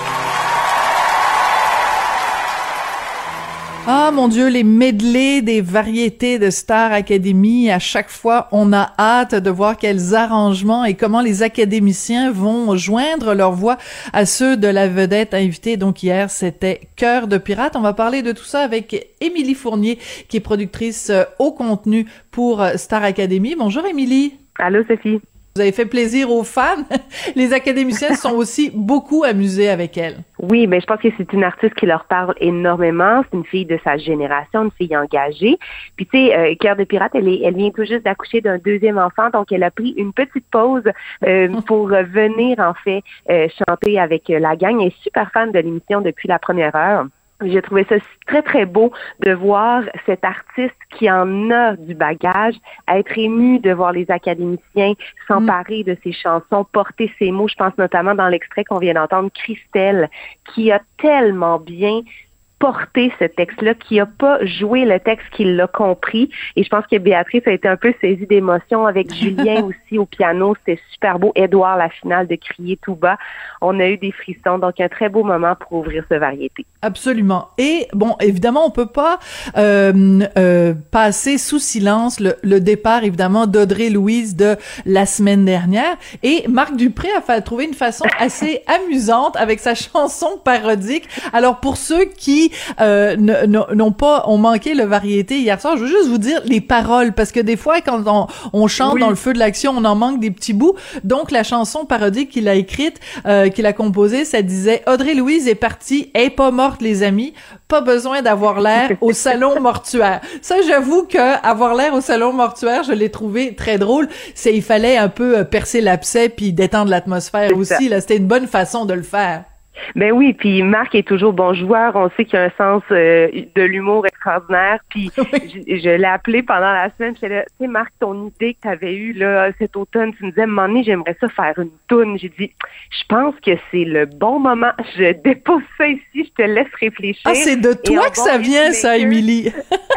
Ah, mon Dieu, les medleys des variétés de Star Academy. À chaque fois, on a hâte de voir quels arrangements et comment les académiciens vont joindre leur voix à ceux de la vedette invitée. Donc hier, c'était Cœur de pirate. On va parler de tout ça avec Émilie Fournier, qui est productrice au contenu pour Star Academy. Bonjour, Émilie. Allô, Sophie. Vous avez fait plaisir aux fans. Les académiciens se sont aussi beaucoup amusés avec elle. Oui, mais je pense que c'est une artiste qui leur parle énormément. C'est une fille de sa génération, une fille engagée. Puis tu sais, euh, Cœur de pirate, elle, est, elle vient tout juste d'accoucher d'un deuxième enfant, donc elle a pris une petite pause euh, pour venir en fait euh, chanter avec la gang. Elle est super fan de l'émission depuis la première heure. J'ai trouvé ça très, très beau de voir cet artiste qui en a du bagage, être ému de voir les académiciens s'emparer de ses chansons, porter ses mots. Je pense notamment dans l'extrait qu'on vient d'entendre, Christelle, qui a tellement bien porter ce texte-là, qui a pas joué le texte, qui l'a compris. Et je pense que Béatrice a été un peu saisie d'émotion avec Julien aussi au piano. C'était super beau. Édouard, la finale, de crier tout bas. On a eu des frissons. Donc, un très beau moment pour ouvrir ce variété. Absolument. Et bon, évidemment, on peut pas euh, euh, passer sous silence le, le départ, évidemment, d'Audrey Louise de la semaine dernière. Et Marc Dupré a fait, trouvé une façon assez amusante avec sa chanson parodique. Alors, pour ceux qui euh, n'ont pas, ont manqué le variété hier soir, je veux juste vous dire les paroles, parce que des fois, quand on, on chante oui. dans le feu de l'action, on en manque des petits bouts. Donc, la chanson parodique qu'il a écrite, euh, qu'il a composée, ça disait « Audrey Louise est partie, elle est pas morte, les amis, pas besoin d'avoir l'air au salon mortuaire. » Ça, j'avoue que avoir l'air au salon mortuaire, je l'ai trouvé très drôle. C'est, il fallait un peu percer l'abcès puis détendre l'atmosphère aussi. Là, c'était une bonne façon de le faire. Ben oui, puis Marc est toujours bon joueur. On sait qu'il a un sens euh, de l'humour extraordinaire. Puis oui. je, je l'ai appelé pendant la semaine. Je disais, tu sais, Marc, ton idée que tu avais eue là, cet automne, tu me disais, à un moment donné, j'aimerais ça faire une toune. J'ai dit, je pense que c'est le bon moment. Je dépose ça ici, je te laisse réfléchir. Ah, c'est de toi que bon ça vient, ça, Émilie.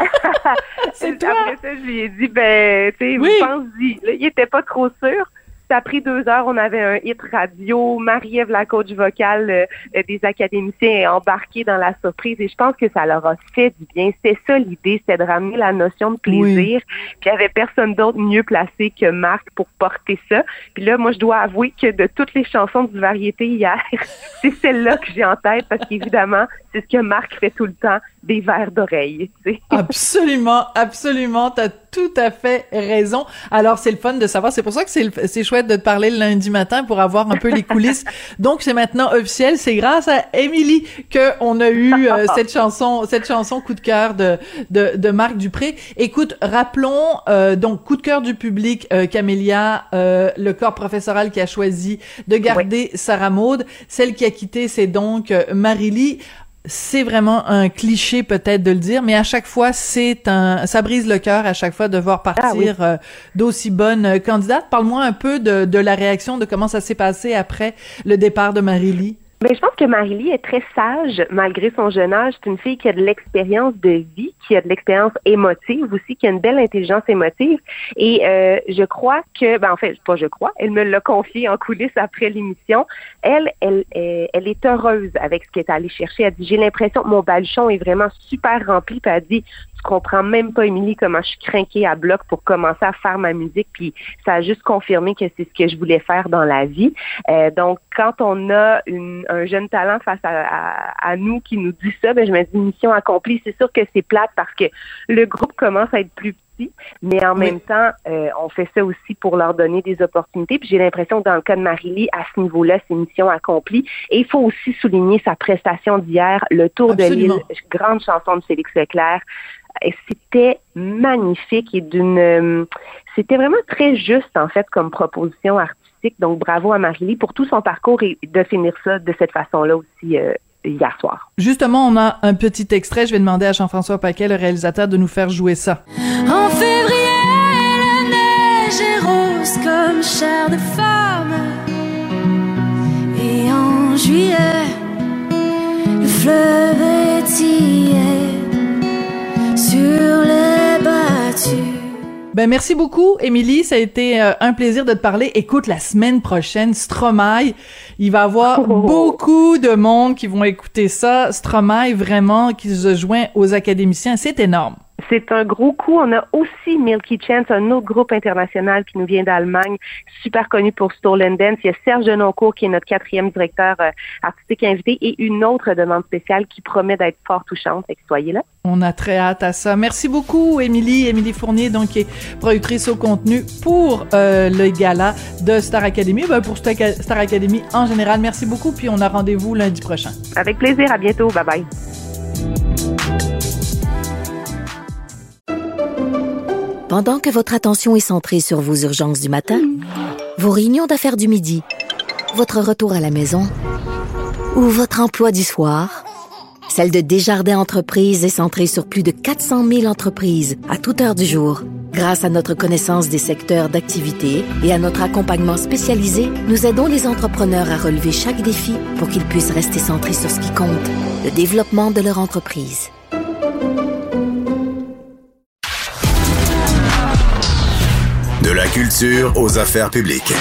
C'est toi. Après ça, je lui ai dit, ben, tu sais, oui. pense-y. Là, il était pas trop sûr. Ça a pris deux heures, on avait un hit radio, Marie-Ève, la coach vocale euh, des académiciens, est embarquée dans la surprise et je pense que ça leur a fait du bien. C'était ça l'idée, c'était de ramener la notion de plaisir. Oui. Puis il y avait personne d'autre mieux placé que Marc pour porter ça. Puis là, moi, je dois avouer que de toutes les chansons du variété hier, c'est celle-là que j'ai en tête parce qu'évidemment, c'est ce que Marc fait tout le temps, des verres d'oreille. Tu sais. Absolument, absolument, t'as tout à fait raison. Alors, c'est le fun de savoir, c'est pour ça que c'est, le, c'est chouette de te parler le lundi matin pour avoir un peu les coulisses. Donc, c'est maintenant officiel, c'est grâce à Émilie que on a eu euh, cette chanson, cette chanson coup de cœur de de, de Marc Dupré. Écoute, rappelons euh, donc coup de cœur du public, euh, Camélia, euh, le corps professoral qui a choisi de garder oui. Sarah Maud, celle qui a quitté, c'est donc euh, Marie-Lie. C'est vraiment un cliché peut-être de le dire, mais à chaque fois, c'est un, ça brise le cœur à chaque fois de voir partir ah oui. euh, d'aussi bonnes candidates. Parle-moi un peu de, de la réaction, de comment ça s'est passé après le départ de Marie-Lie. Mais je pense que Marie-Lie est très sage, malgré son jeune âge. C'est une fille qui a de l'expérience de vie, qui a de l'expérience émotive aussi, qui a une belle intelligence émotive. Et euh, je crois que, ben en fait, pas je crois, elle me l'a confié en coulisses après l'émission. Elle, elle, elle, elle est heureuse avec ce qu'elle est allée chercher. Elle dit, j'ai l'impression que mon baluchon est vraiment super rempli. Puis elle dit, tu comprends même pas, Émilie, comment je suis crinquée à bloc pour commencer à faire ma musique. Puis ça a juste confirmé que c'est ce que je voulais faire dans la vie. Euh, donc, quand on a une, un jeune talent face à, à, à nous qui nous dit ça, ben je me dis mission accomplie. C'est sûr que c'est plate parce que le groupe commence à être plus petit, mais en oui. même temps, euh, on fait ça aussi pour leur donner des opportunités. Puis j'ai l'impression que dans le cas de Marie-Lie, à ce niveau-là, c'est mission accomplie. Et il faut aussi souligner sa prestation d'hier, le Tour Absolument. de l'île, grande chanson de Félix Leclerc. Et c'était magnifique et d'une, euh, c'était vraiment très juste en fait comme proposition artistique. Donc bravo à Marie-Lie pour tout son parcours et de finir ça de cette façon-là aussi euh, hier soir. Justement, on a un petit extrait. Je vais demander à Jean-François Paquet, le réalisateur, de nous faire jouer ça. En février, la neige est rose comme chair de femme, et en juillet, le fleuve étillé sur les battus. Ben merci beaucoup, Émilie. Ça a été euh, un plaisir de te parler. Écoute, la semaine prochaine, Stromae, il va y avoir oh. beaucoup de monde qui vont écouter ça. Stromae, vraiment, qui se joint aux académiciens. C'est énorme. C'est un gros coup. On a aussi Milky Chance, un autre groupe international qui nous vient d'Allemagne, super connu pour Stolen Dance. Il y a Serge Denoncourt qui est notre quatrième directeur euh, artistique invité et une autre demande spéciale qui promet d'être fort touchante. Fait que soyez là. On a très hâte à ça. Merci beaucoup, Émilie. Émilie Fournier, donc, qui est productrice au contenu pour euh, le gala de Star Academy, ben, pour Star Academy en général. Merci beaucoup, puis on a rendez-vous lundi prochain. Avec plaisir. À bientôt. Bye bye. Pendant que votre attention est centrée sur vos urgences du matin, vos réunions d'affaires du midi, votre retour à la maison ou votre emploi du soir, celle de Desjardins Entreprises est centrée sur plus de quatre cent mille entreprises à toute heure du jour. Grâce à notre connaissance des secteurs d'activité et à notre accompagnement spécialisé, nous aidons les entrepreneurs à relever chaque défi pour qu'ils puissent rester centrés sur ce qui compte, le développement de leur entreprise. De la culture aux affaires publiques.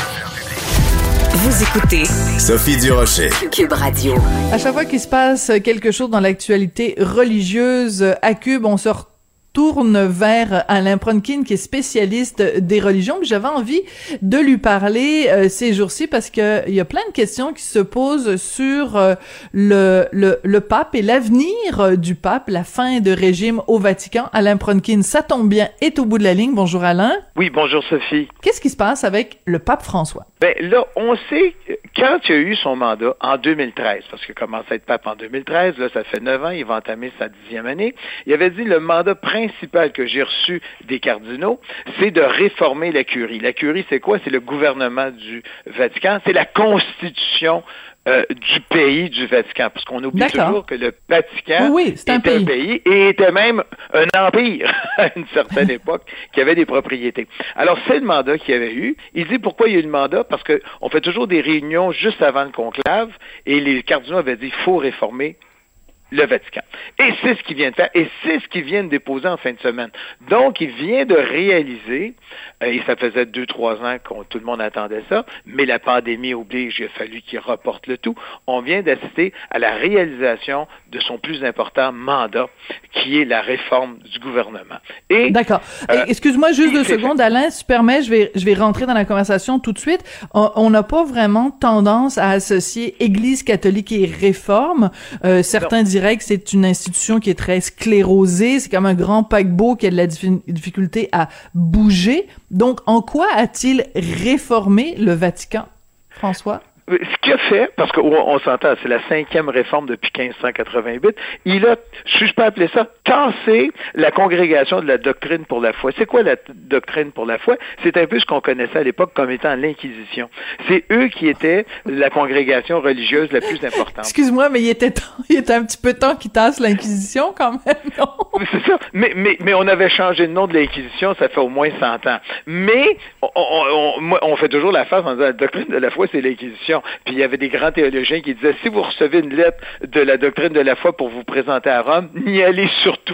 Vous écoutez Sophie Durocher, Cube Radio. À chaque fois qu'il se passe quelque chose dans l'actualité religieuse à Cube, on se tourne vers Alain Pronkin, qui est spécialiste des religions. Puis j'avais envie de lui parler euh, ces jours-ci parce que il y a plein de questions qui se posent sur euh, le, le le pape et l'avenir du pape, la fin de régime au Vatican. Alain Pronkin, ça tombe bien, est au bout de la ligne. Bonjour Alain. Oui, bonjour Sophie. Qu'est-ce qui se passe avec le pape François? Ben là, on sait quand il a eu son mandat en deux mille treize, parce qu'il a commencé à être pape en deux mille treize, là ça fait neuf ans, il va entamer sa dixième année. Il avait dit le mandat principal que j'ai reçu des cardinaux, c'est de réformer la curie. La curie, c'est quoi? C'est le gouvernement du Vatican, c'est la constitution euh, du pays du Vatican, parce qu'on oublie D'accord. toujours que le Vatican oui, oui, était un pays. un pays et était même un empire à une certaine époque qui avait des propriétés. Alors, c'est le mandat qu'il y avait eu. Il dit pourquoi il y a eu le mandat? Parce que on fait toujours des réunions juste avant le conclave et les cardinaux avaient dit il faut réformer le Vatican. Et c'est ce qu'il vient de faire, et c'est ce qu'il vient de déposer en fin de semaine. Donc, il vient de réaliser, euh, et ça faisait deux, trois ans que tout le monde attendait ça, mais la pandémie oblige, il a fallu qu'il reporte le tout. On vient d'assister à la réalisation de son plus important mandat, qui est la réforme du gouvernement. Et D'accord. Euh, Excuse-moi juste deux secondes, fait. Alain, si tu permets, je vais, je vais rentrer dans la conversation tout de suite. On n'a pas vraiment tendance à associer Église catholique et réforme. Euh, certains diraient que c'est une institution qui est très sclérosée, c'est comme un grand paquebot qui a de la difficulté à bouger. Donc, en quoi a-t-il réformé le Vatican, François? Ce qu'il a fait, parce qu'on on s'entend, c'est la cinquième réforme depuis quinze cent quatre-vingt-huit, il a, si je peux appeler ça, tassé la congrégation de la doctrine pour la foi. C'est quoi la doctrine pour la foi? C'est un peu ce qu'on connaissait à l'époque comme étant l'Inquisition. C'est eux qui étaient la congrégation religieuse la plus importante. Excuse-moi, mais il était temps, il était un petit peu temps qu'ils tassent l'Inquisition quand même, non? C'est ça. Mais, mais, mais on avait changé le nom de l'Inquisition, ça fait au moins cent ans. Mais on, on, on, on fait toujours la face en disant la doctrine de la foi, c'est l'Inquisition. évangélisation. Puis il y avait des grands théologiens qui disaient, si vous recevez une lettre de la doctrine de la foi pour vous présenter à Rome, n'y allez surtout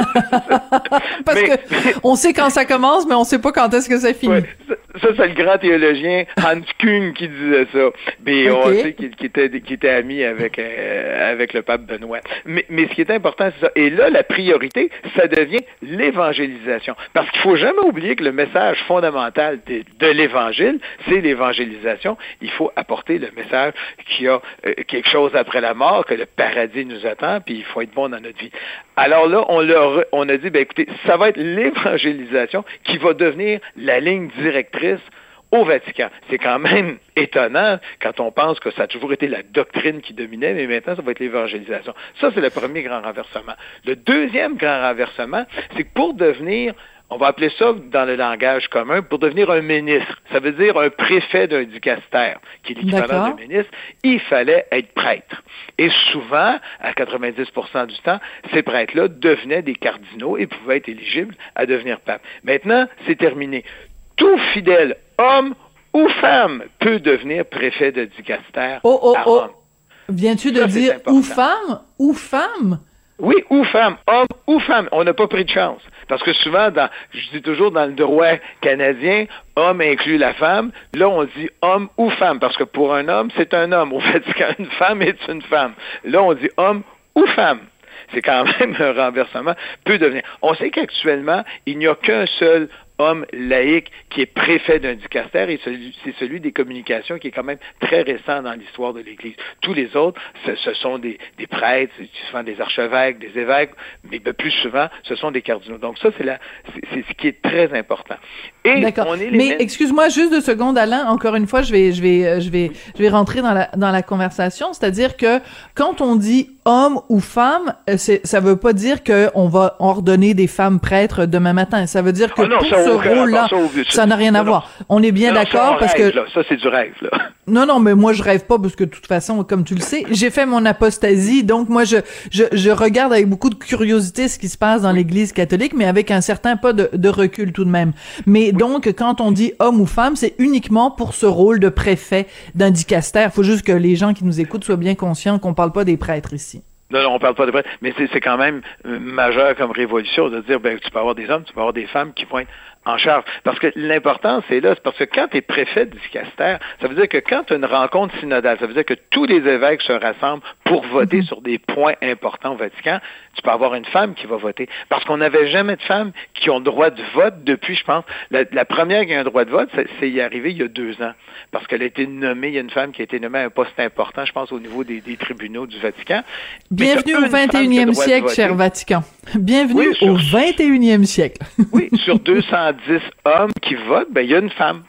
pas. Parce mais, que on sait quand ça commence, mais on sait pas quand est-ce que ça finit. Ouais, ça, ça, c'est le grand théologien Hans Küng qui disait ça. Mais okay. on sait qu'il, qu'il, était, qu'il était ami avec, euh, avec le pape Benoît. Mais, mais ce qui est important, c'est ça. Et là, la priorité, ça devient l'évangélisation. Parce qu'il faut jamais oublier que le message fondamental de, de l'évangile, c'est l'évangélisation. Il faut apporter le message qu'il y a euh, quelque chose après la mort, que le paradis nous attend, puis il faut être bon dans notre vie. Alors là, on, leur, on a dit, ben écoutez, ça va être l'évangélisation qui va devenir la ligne directrice au Vatican. C'est quand même étonnant quand on pense que ça a toujours été la doctrine qui dominait, mais maintenant, ça va être l'évangélisation. Ça, c'est le premier grand renversement. Le deuxième grand renversement, c'est que pour devenir, on va appeler ça dans le langage commun, pour devenir un ministre, ça veut dire un préfet d'un dicastère, qui est l'équivalent d'un ministre, il fallait être prêtre. Et souvent, à quatre-vingt-dix pour cent du temps, ces prêtres-là devenaient des cardinaux et pouvaient être éligibles à devenir pape. Maintenant, c'est terminé. Tout fidèle, homme ou femme, peut devenir préfet de dicastère oh, oh, à Rome. Oh. Viens-tu de ça, dire ou femme ou femme? Oui, ou femme, homme ou femme. On n'a pas pris de chance. Parce que souvent, dans, je dis toujours dans le droit canadien, homme inclut la femme. Là, on dit homme ou femme. Parce que pour un homme, c'est un homme. Au Vatican, une femme est une femme. Là, on dit homme ou femme. C'est quand même un renversement. Peut devenir. On sait qu'actuellement, il n'y a qu'un seul homme laïque qui est préfet d'un dicastère et celui, c'est celui des communications qui est quand même très récent dans l'histoire de l'Église. Tous les autres, ce, ce sont des, des prêtres, souvent des archevêques, des évêques, mais plus souvent, ce sont des cardinaux. Donc ça, c'est, la, c'est, c'est ce qui est très important. Et D'accord. On est mais mêmes... excuse-moi juste deux secondes, Alain. Encore une fois, je vais, je vais, je vais, je vais rentrer dans la dans la conversation. C'est-à-dire que quand on dit homme ou femme, c'est, ça veut pas dire que on va ordonner des femmes prêtres demain matin. Ça veut dire que ah non, pour ça ce rôle-là, ça n'a rien à non, voir. On est bien non, d'accord ça, parce rêve, que là. Ça c'est du rêve là. Non, non, mais moi je rêve pas parce que de toute façon, comme tu le sais, j'ai fait mon apostasie, donc moi je je, je regarde avec beaucoup de curiosité ce qui se passe dans l'Église catholique, mais avec un certain pas de, de recul tout de même. Mais donc quand on dit homme ou femme, c'est uniquement pour ce rôle de préfet d'un dicastère. Faut juste que les gens qui nous écoutent soient bien conscients qu'on parle pas des prêtres ici. Non, non, on parle pas de prêtres, mais c'est, c'est quand même euh, majeur comme révolution de dire, ben, tu peux avoir des hommes, tu peux avoir des femmes qui vont être en charge. Parce que l'important, c'est là, c'est parce que quand tu es préfet du dicastère, ça veut dire que quand tu as une rencontre synodale, ça veut dire que tous les évêques se rassemblent pour voter mm-hmm. sur des points importants au Vatican, tu peux avoir une femme qui va voter. Parce qu'on n'avait jamais de femmes qui ont droit de vote depuis, je pense, la, la première qui a un droit de vote, c'est, c'est y arrivé il y a deux ans. Parce qu'elle a été nommée, il y a une femme qui a été nommée à un poste important, je pense, au niveau des, des tribunaux du Vatican. Bienvenue au vingt et unième siècle, cher Vatican. Bienvenue oui, sur... au vingt et unième siècle. Oui, sur deux cent dix hommes qui votent, ben il y a une femme.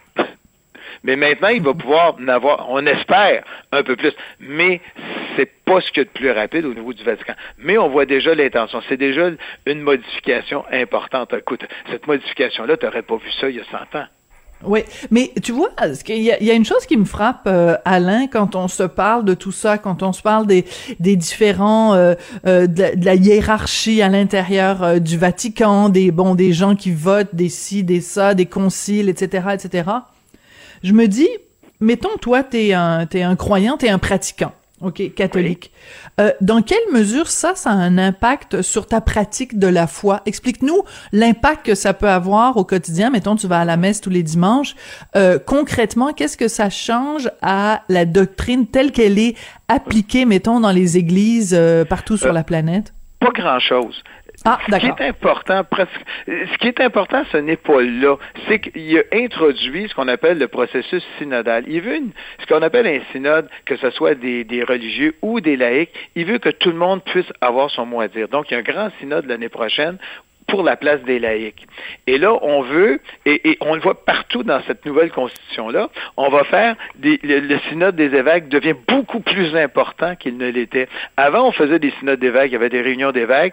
Mais maintenant, il va pouvoir en avoir, on espère, un peu plus. Mais c'est pas ce qu'il y a de plus rapide au niveau du Vatican. Mais on voit déjà l'intention. C'est déjà une modification importante. Écoute, cette modification-là, tu n'aurais pas vu ça il y a cent ans. Oui, mais tu vois, il y a, il y a une chose qui me frappe, euh, Alain, quand on se parle de tout ça, quand on se parle des, des différents, euh, euh, de, la, de la hiérarchie à l'intérieur euh, du Vatican, des bon, des gens qui votent, des ci, des ça, des conciles, et cetera, et cetera. Je me dis, mettons, toi, t'es un, t'es un croyant, t'es un pratiquant. OK, catholique. Oui. Euh, dans quelle mesure ça, ça a un impact sur ta pratique de la foi? Explique-nous l'impact que ça peut avoir au quotidien. Mettons, tu vas à la messe tous les dimanches. Euh, concrètement, qu'est-ce que ça change à la doctrine telle qu'elle est appliquée, mettons, dans les églises euh, partout sur euh, la planète? Pas grand-chose. Ah, d'accord. Ce qui est important, presque, ce qui est important, ce n'est pas là. C'est qu'il a introduit ce qu'on appelle le processus synodal. Il veut une, ce qu'on appelle un synode, que ce soit des, des religieux ou des laïcs, il veut que tout le monde puisse avoir son mot à dire. Donc, il y a un grand synode l'année prochaine pour la place des laïcs. Et là, on veut, et, et on le voit partout dans cette nouvelle constitution-là, on va faire, des, le, le synode des évêques devient beaucoup plus important qu'il ne l'était. Avant, on faisait des synodes d'évêques, il y avait des réunions d'évêques,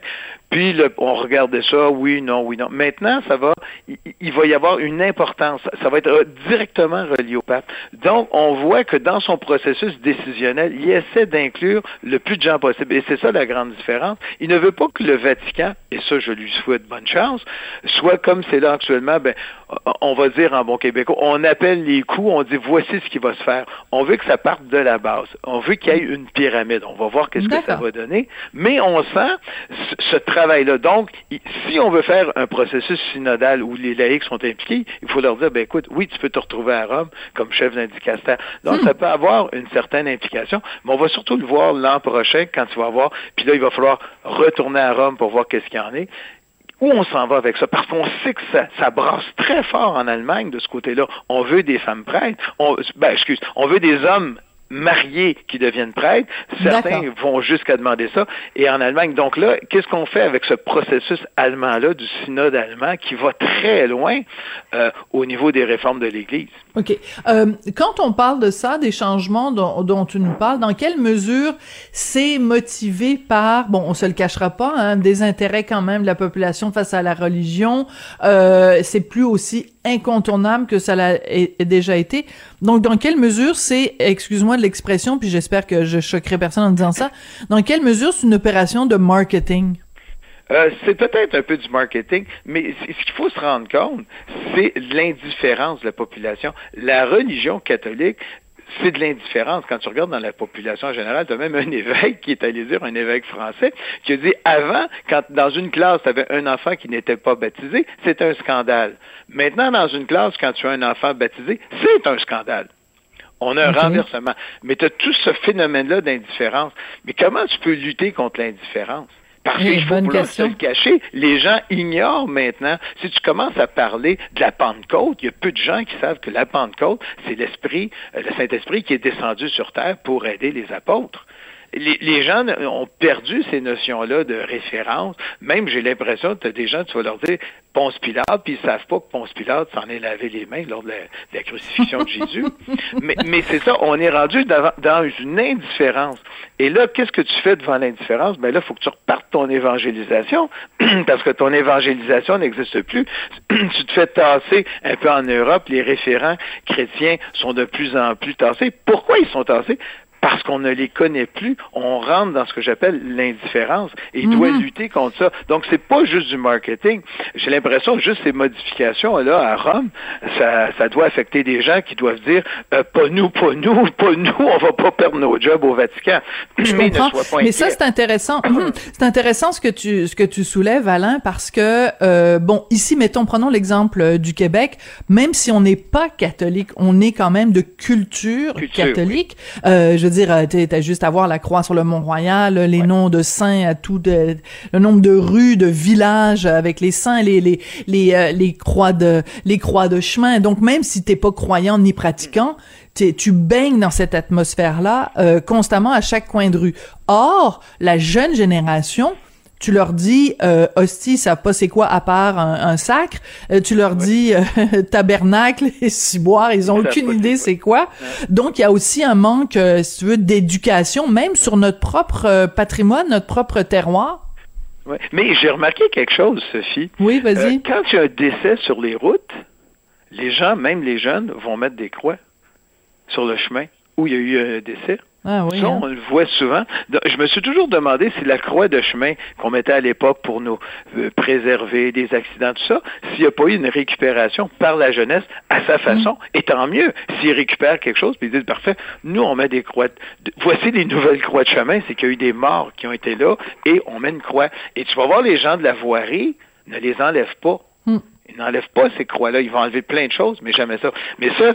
Puis le, on regardait ça, oui, non, oui, non. Maintenant, ça va, il, il va y avoir une importance. Ça va être directement relié au pape. Donc, on voit que dans son processus décisionnel, il essaie d'inclure le plus de gens possible. Et c'est ça la grande différence. Il ne veut pas que le Vatican, et ça, je lui souhaite bonne chance, soit comme c'est là actuellement, ben, on va dire en bon québécois, on appelle les coups, on dit voici ce qui va se faire. On veut que ça parte de la base. On veut qu'il y ait une pyramide. On va voir qu'est-ce que ça va donner. Mais on sent ce, ce travail-là. Donc, si on veut faire un processus synodal où les laïcs sont impliqués, il faut leur dire, ben écoute, oui, tu peux te retrouver à Rome comme chef d'un dicaster. Donc, hmm. ça peut avoir une certaine implication, mais on va surtout le voir l'an prochain quand tu vas voir, puis là, il va falloir retourner à Rome pour voir qu'est-ce qu'il y en est. Où on s'en va avec ça? Parce qu'on sait que ça, ça brasse très fort en Allemagne de ce côté-là. On veut des femmes prêtres. On, ben, excuse, on veut des hommes mariés qui deviennent prêtres. Certains D'accord. vont jusqu'à demander ça. Et en Allemagne, donc là, qu'est-ce qu'on fait avec ce processus allemand-là, du synode allemand, qui va très loin euh, au niveau des réformes de l'Église? OK. Euh, quand on parle de ça, des changements dont, dont tu nous parles, dans quelle mesure c'est motivé par, bon, on se le cachera pas, hein, des intérêts quand même de la population face à la religion, euh, c'est plus aussi incontournable que ça l'a est, est déjà été. Donc, dans quelle mesure c'est, excuse-moi de l'expression, puis j'espère que je choquerai personne en disant ça, dans quelle mesure c'est une opération de marketing? Euh, c'est peut-être un peu du marketing, mais ce qu'il faut se rendre compte, c'est l'indifférence de la population. La religion catholique, c'est de l'indifférence. Quand tu regardes dans la population en général, tu as même un évêque qui est allé dire, un évêque français, qui a dit, avant, quand dans une classe, tu avais un enfant qui n'était pas baptisé, c'est un scandale. Maintenant, dans une classe, quand tu as un enfant baptisé, c'est un scandale. On a un okay. renversement. Mais tu as tout ce phénomène-là d'indifférence. Mais comment tu peux lutter contre l'indifférence? Parce qu'il faut vouloir se le cacher. Les gens ignorent maintenant. Si tu commences à parler de la Pentecôte, il y a peu de gens qui savent que la Pentecôte, c'est l'Esprit, le Saint-Esprit qui est descendu sur terre pour aider les apôtres. Les, les gens ont perdu ces notions-là de référence. Même, j'ai l'impression que tu as des gens, tu vas leur dire Ponce Pilate, puis ils savent pas que Ponce Pilate s'en est lavé les mains lors de la, de la crucifixion de Jésus. Mais, mais c'est ça, on est rendu dans, dans une indifférence. Et là, qu'est-ce que tu fais devant l'indifférence? Ben là, il faut que tu repartes ton évangélisation, parce que ton évangélisation n'existe plus. Tu te fais tasser un peu en Europe, les référents chrétiens sont de plus en plus tassés. Pourquoi ils sont tassés? Parce qu'on ne les connaît plus, on rentre dans ce que j'appelle l'indifférence et il mm-hmm. doit lutter contre ça. Donc, c'est pas juste du marketing. J'ai l'impression que juste ces modifications-là à Rome, ça, ça doit affecter des gens qui doivent dire euh, pas nous, pas nous, pas nous, on va pas perdre nos jobs au Vatican. Je mais comprends. Mais ça, c'est intéressant. C'est intéressant ce que tu ce que tu soulèves, Alain, parce que euh, bon, ici, mettons, prenons l'exemple du Québec. Même si on n'est pas catholique, on est quand même de culture, culture catholique. Oui. Euh, je veux dire, t'as juste à voir la croix sur le Mont-Royal, les ouais. noms de saints à tout, de, le nombre de rues, de villages avec les saints, les les les euh, les croix de les croix de chemin. Donc même si t'es pas croyant ni pratiquant, tu baignes dans cette atmosphère-là euh, constamment à chaque coin de rue. Or, la jeune génération, tu leur dis euh, hostie, ils savent pas c'est quoi à part un, un sacre. Euh, tu leur ouais. dis euh, tabernacle et ciboire, ils ont aucune idée c'est quoi. Ouais. Donc il y a aussi un manque, euh, si tu veux, d'éducation, même sur notre propre euh, patrimoine, notre propre terroir. Ouais. Mais j'ai remarqué quelque chose, Sophie. Oui, vas-y. Euh, quand il y a un décès sur les routes, les gens, même les jeunes, vont mettre des croix sur le chemin où il y a eu un décès. Ah oui, ça, hein. on le voit souvent. Je me suis toujours demandé si la croix de chemin qu'on mettait à l'époque pour nous euh, préserver des accidents, tout ça, s'il n'y a pas eu une récupération par la jeunesse à sa façon, mmh. et tant mieux, s'ils récupèrent quelque chose, puis ils disent, parfait, nous, on met des croix. De... Voici les nouvelles croix de chemin, c'est qu'il y a eu des morts qui ont été là, et on met une croix. Et tu vas voir les gens de la voirie, ne les enlèvent pas. Mmh. Ils n'enlèvent pas ces croix-là. Ils vont enlever plein de choses, mais jamais ça. Mais ça,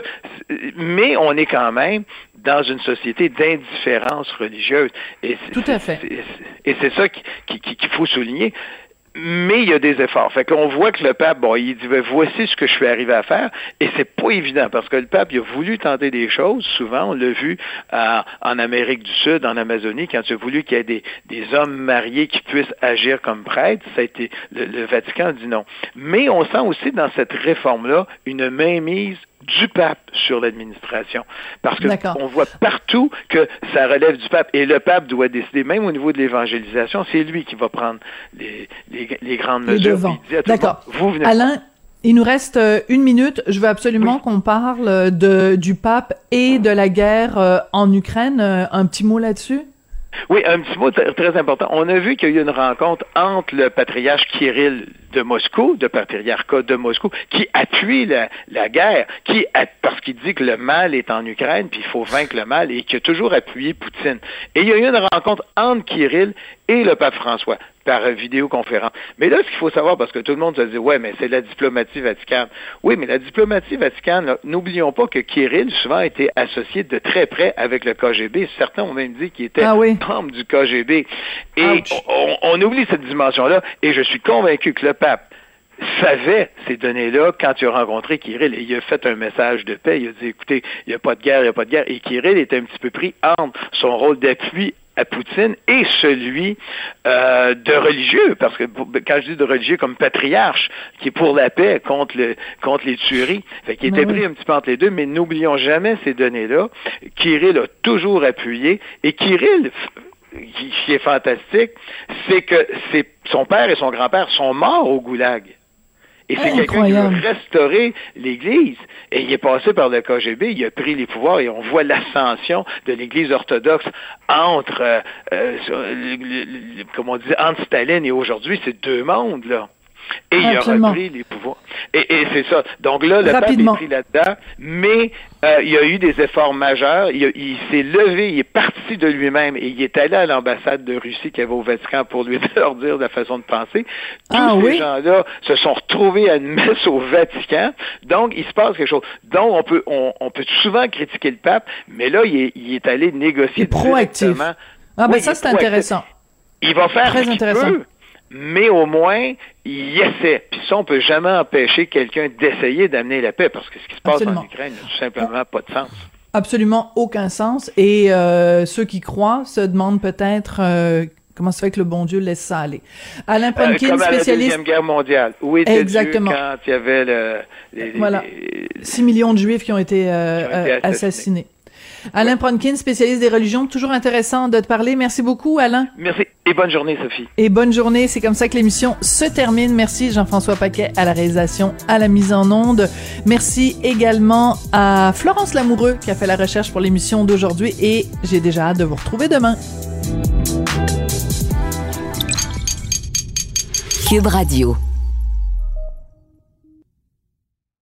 mais on est quand même dans une société d'indifférence religieuse. Et Tout à fait. Et c'est ça qu'il qui, qui, qu'il faut souligner. Mais il y a des efforts. Fait qu'on voit que le pape, bon, il dit, ben, voici ce que je suis arrivé à faire. Et c'est pas évident, parce que le pape, il a voulu tenter des choses. Souvent, on l'a vu euh, en Amérique du Sud, en Amazonie, quand il a voulu qu'il y ait des, des hommes mariés qui puissent agir comme prêtres. Ça a été, le, le Vatican a dit non. Mais on sent aussi dans cette réforme-là une mainmise du pape sur l'administration. Parce que on voit partout que ça relève du pape. Et le pape doit décider, même au niveau de l'évangélisation, c'est lui qui va prendre les, les, les grandes mesures. D'accord. Vous venez Alain, il nous reste une minute. Je veux absolument oui. qu'on parle de, du pape et de la guerre en Ukraine. Un petit mot là-dessus? Oui, un petit mot t- très important. On a vu qu'il y a eu une rencontre entre le patriarche Kirill de Moscou, de patriarcat de Moscou, qui appuie la, la guerre, qui a, parce qu'il dit que le mal est en Ukraine, puis il faut vaincre le mal, et qui a toujours appuyé Poutine. Et il y a eu une rencontre entre Kirill et le pape François, par vidéoconférence. Mais là, ce qu'il faut savoir, parce que tout le monde se dit, ouais, mais c'est la diplomatie vaticane. Oui, mais la diplomatie vaticane, là, n'oublions pas que Kirill, souvent, a été associé de très près avec le K G B. Certains ont même dit qu'il était ah oui. membre du K G B. Et on, on oublie cette dimension-là, et je suis convaincu que le pape savait ces données-là quand il a rencontré Kirill, et il a fait un message de paix. Il a dit, écoutez, il n'y a pas de guerre, il n'y a pas de guerre. Et Kirill était un petit peu pris entre son rôle d'appui à Poutine et celui euh, de religieux, parce que quand je dis de religieux comme patriarche, qui est pour la paix contre le contre les tueries, fait qu'il était oui. pris un petit peu entre les deux, mais n'oublions jamais ces données-là. Kirill a toujours appuyé, et Kirill, qui est fantastique, c'est que c'est, son père et son grand-père sont morts au goulag. Et c'est quelqu'un qui veut restaurer l'Église. Et il est passé par le K G B, il a pris les pouvoirs, et on voit l'ascension de l'Église orthodoxe entre, euh, euh, le, le, le, comme on dit, entre Staline et aujourd'hui, c'est deux mondes, là. Et Absolument. Il a repris les pouvoirs. Et, et c'est ça. Donc là, le Rapidement. pape est pris là-dedans, mais euh, il y a eu des efforts majeurs. Il, a, il s'est levé, il est parti de lui-même, et il est allé à l'ambassade de Russie qu'il y avait au Vatican pour lui leur dire la façon de penser. Tous ah, ces oui? gens-là se sont retrouvés à une messe au Vatican. Donc, il se passe quelque chose. Donc, on peut on, on peut souvent critiquer le pape, mais là, il est, il est allé négocier il est proactif. directement. Ah ben oui, ça, c'est proactif. Intéressant. Il va faire Très ce qu'il intéressant. peut. Mais au moins, il essaie. Puis ça, on peut jamais empêcher quelqu'un d'essayer d'amener la paix, parce que ce qui se passe Absolument. en Ukraine n'a tout simplement pas de sens. Absolument aucun sens. Et euh, ceux qui croient se demandent peut-être euh, comment ça fait que le bon Dieu laisse ça aller. Alain Pronkin, euh, comme à spécialiste... la Deuxième Guerre mondiale. Où était Exactement. Dieu quand il y avait le, les, voilà. les... six millions de Juifs qui ont été, euh, qui ont été assassinés. assassinés. Alain Pronkin, spécialiste des religions, toujours intéressant de te parler. Merci beaucoup, Alain. Merci et bonne journée, Sophie. Et bonne journée, c'est comme ça que l'émission se termine. Merci Jean-François Paquet à la réalisation, à la mise en onde. Merci également à Florence Lamoureux qui a fait la recherche pour l'émission d'aujourd'hui, et j'ai déjà hâte de vous retrouver demain. Cube Radio.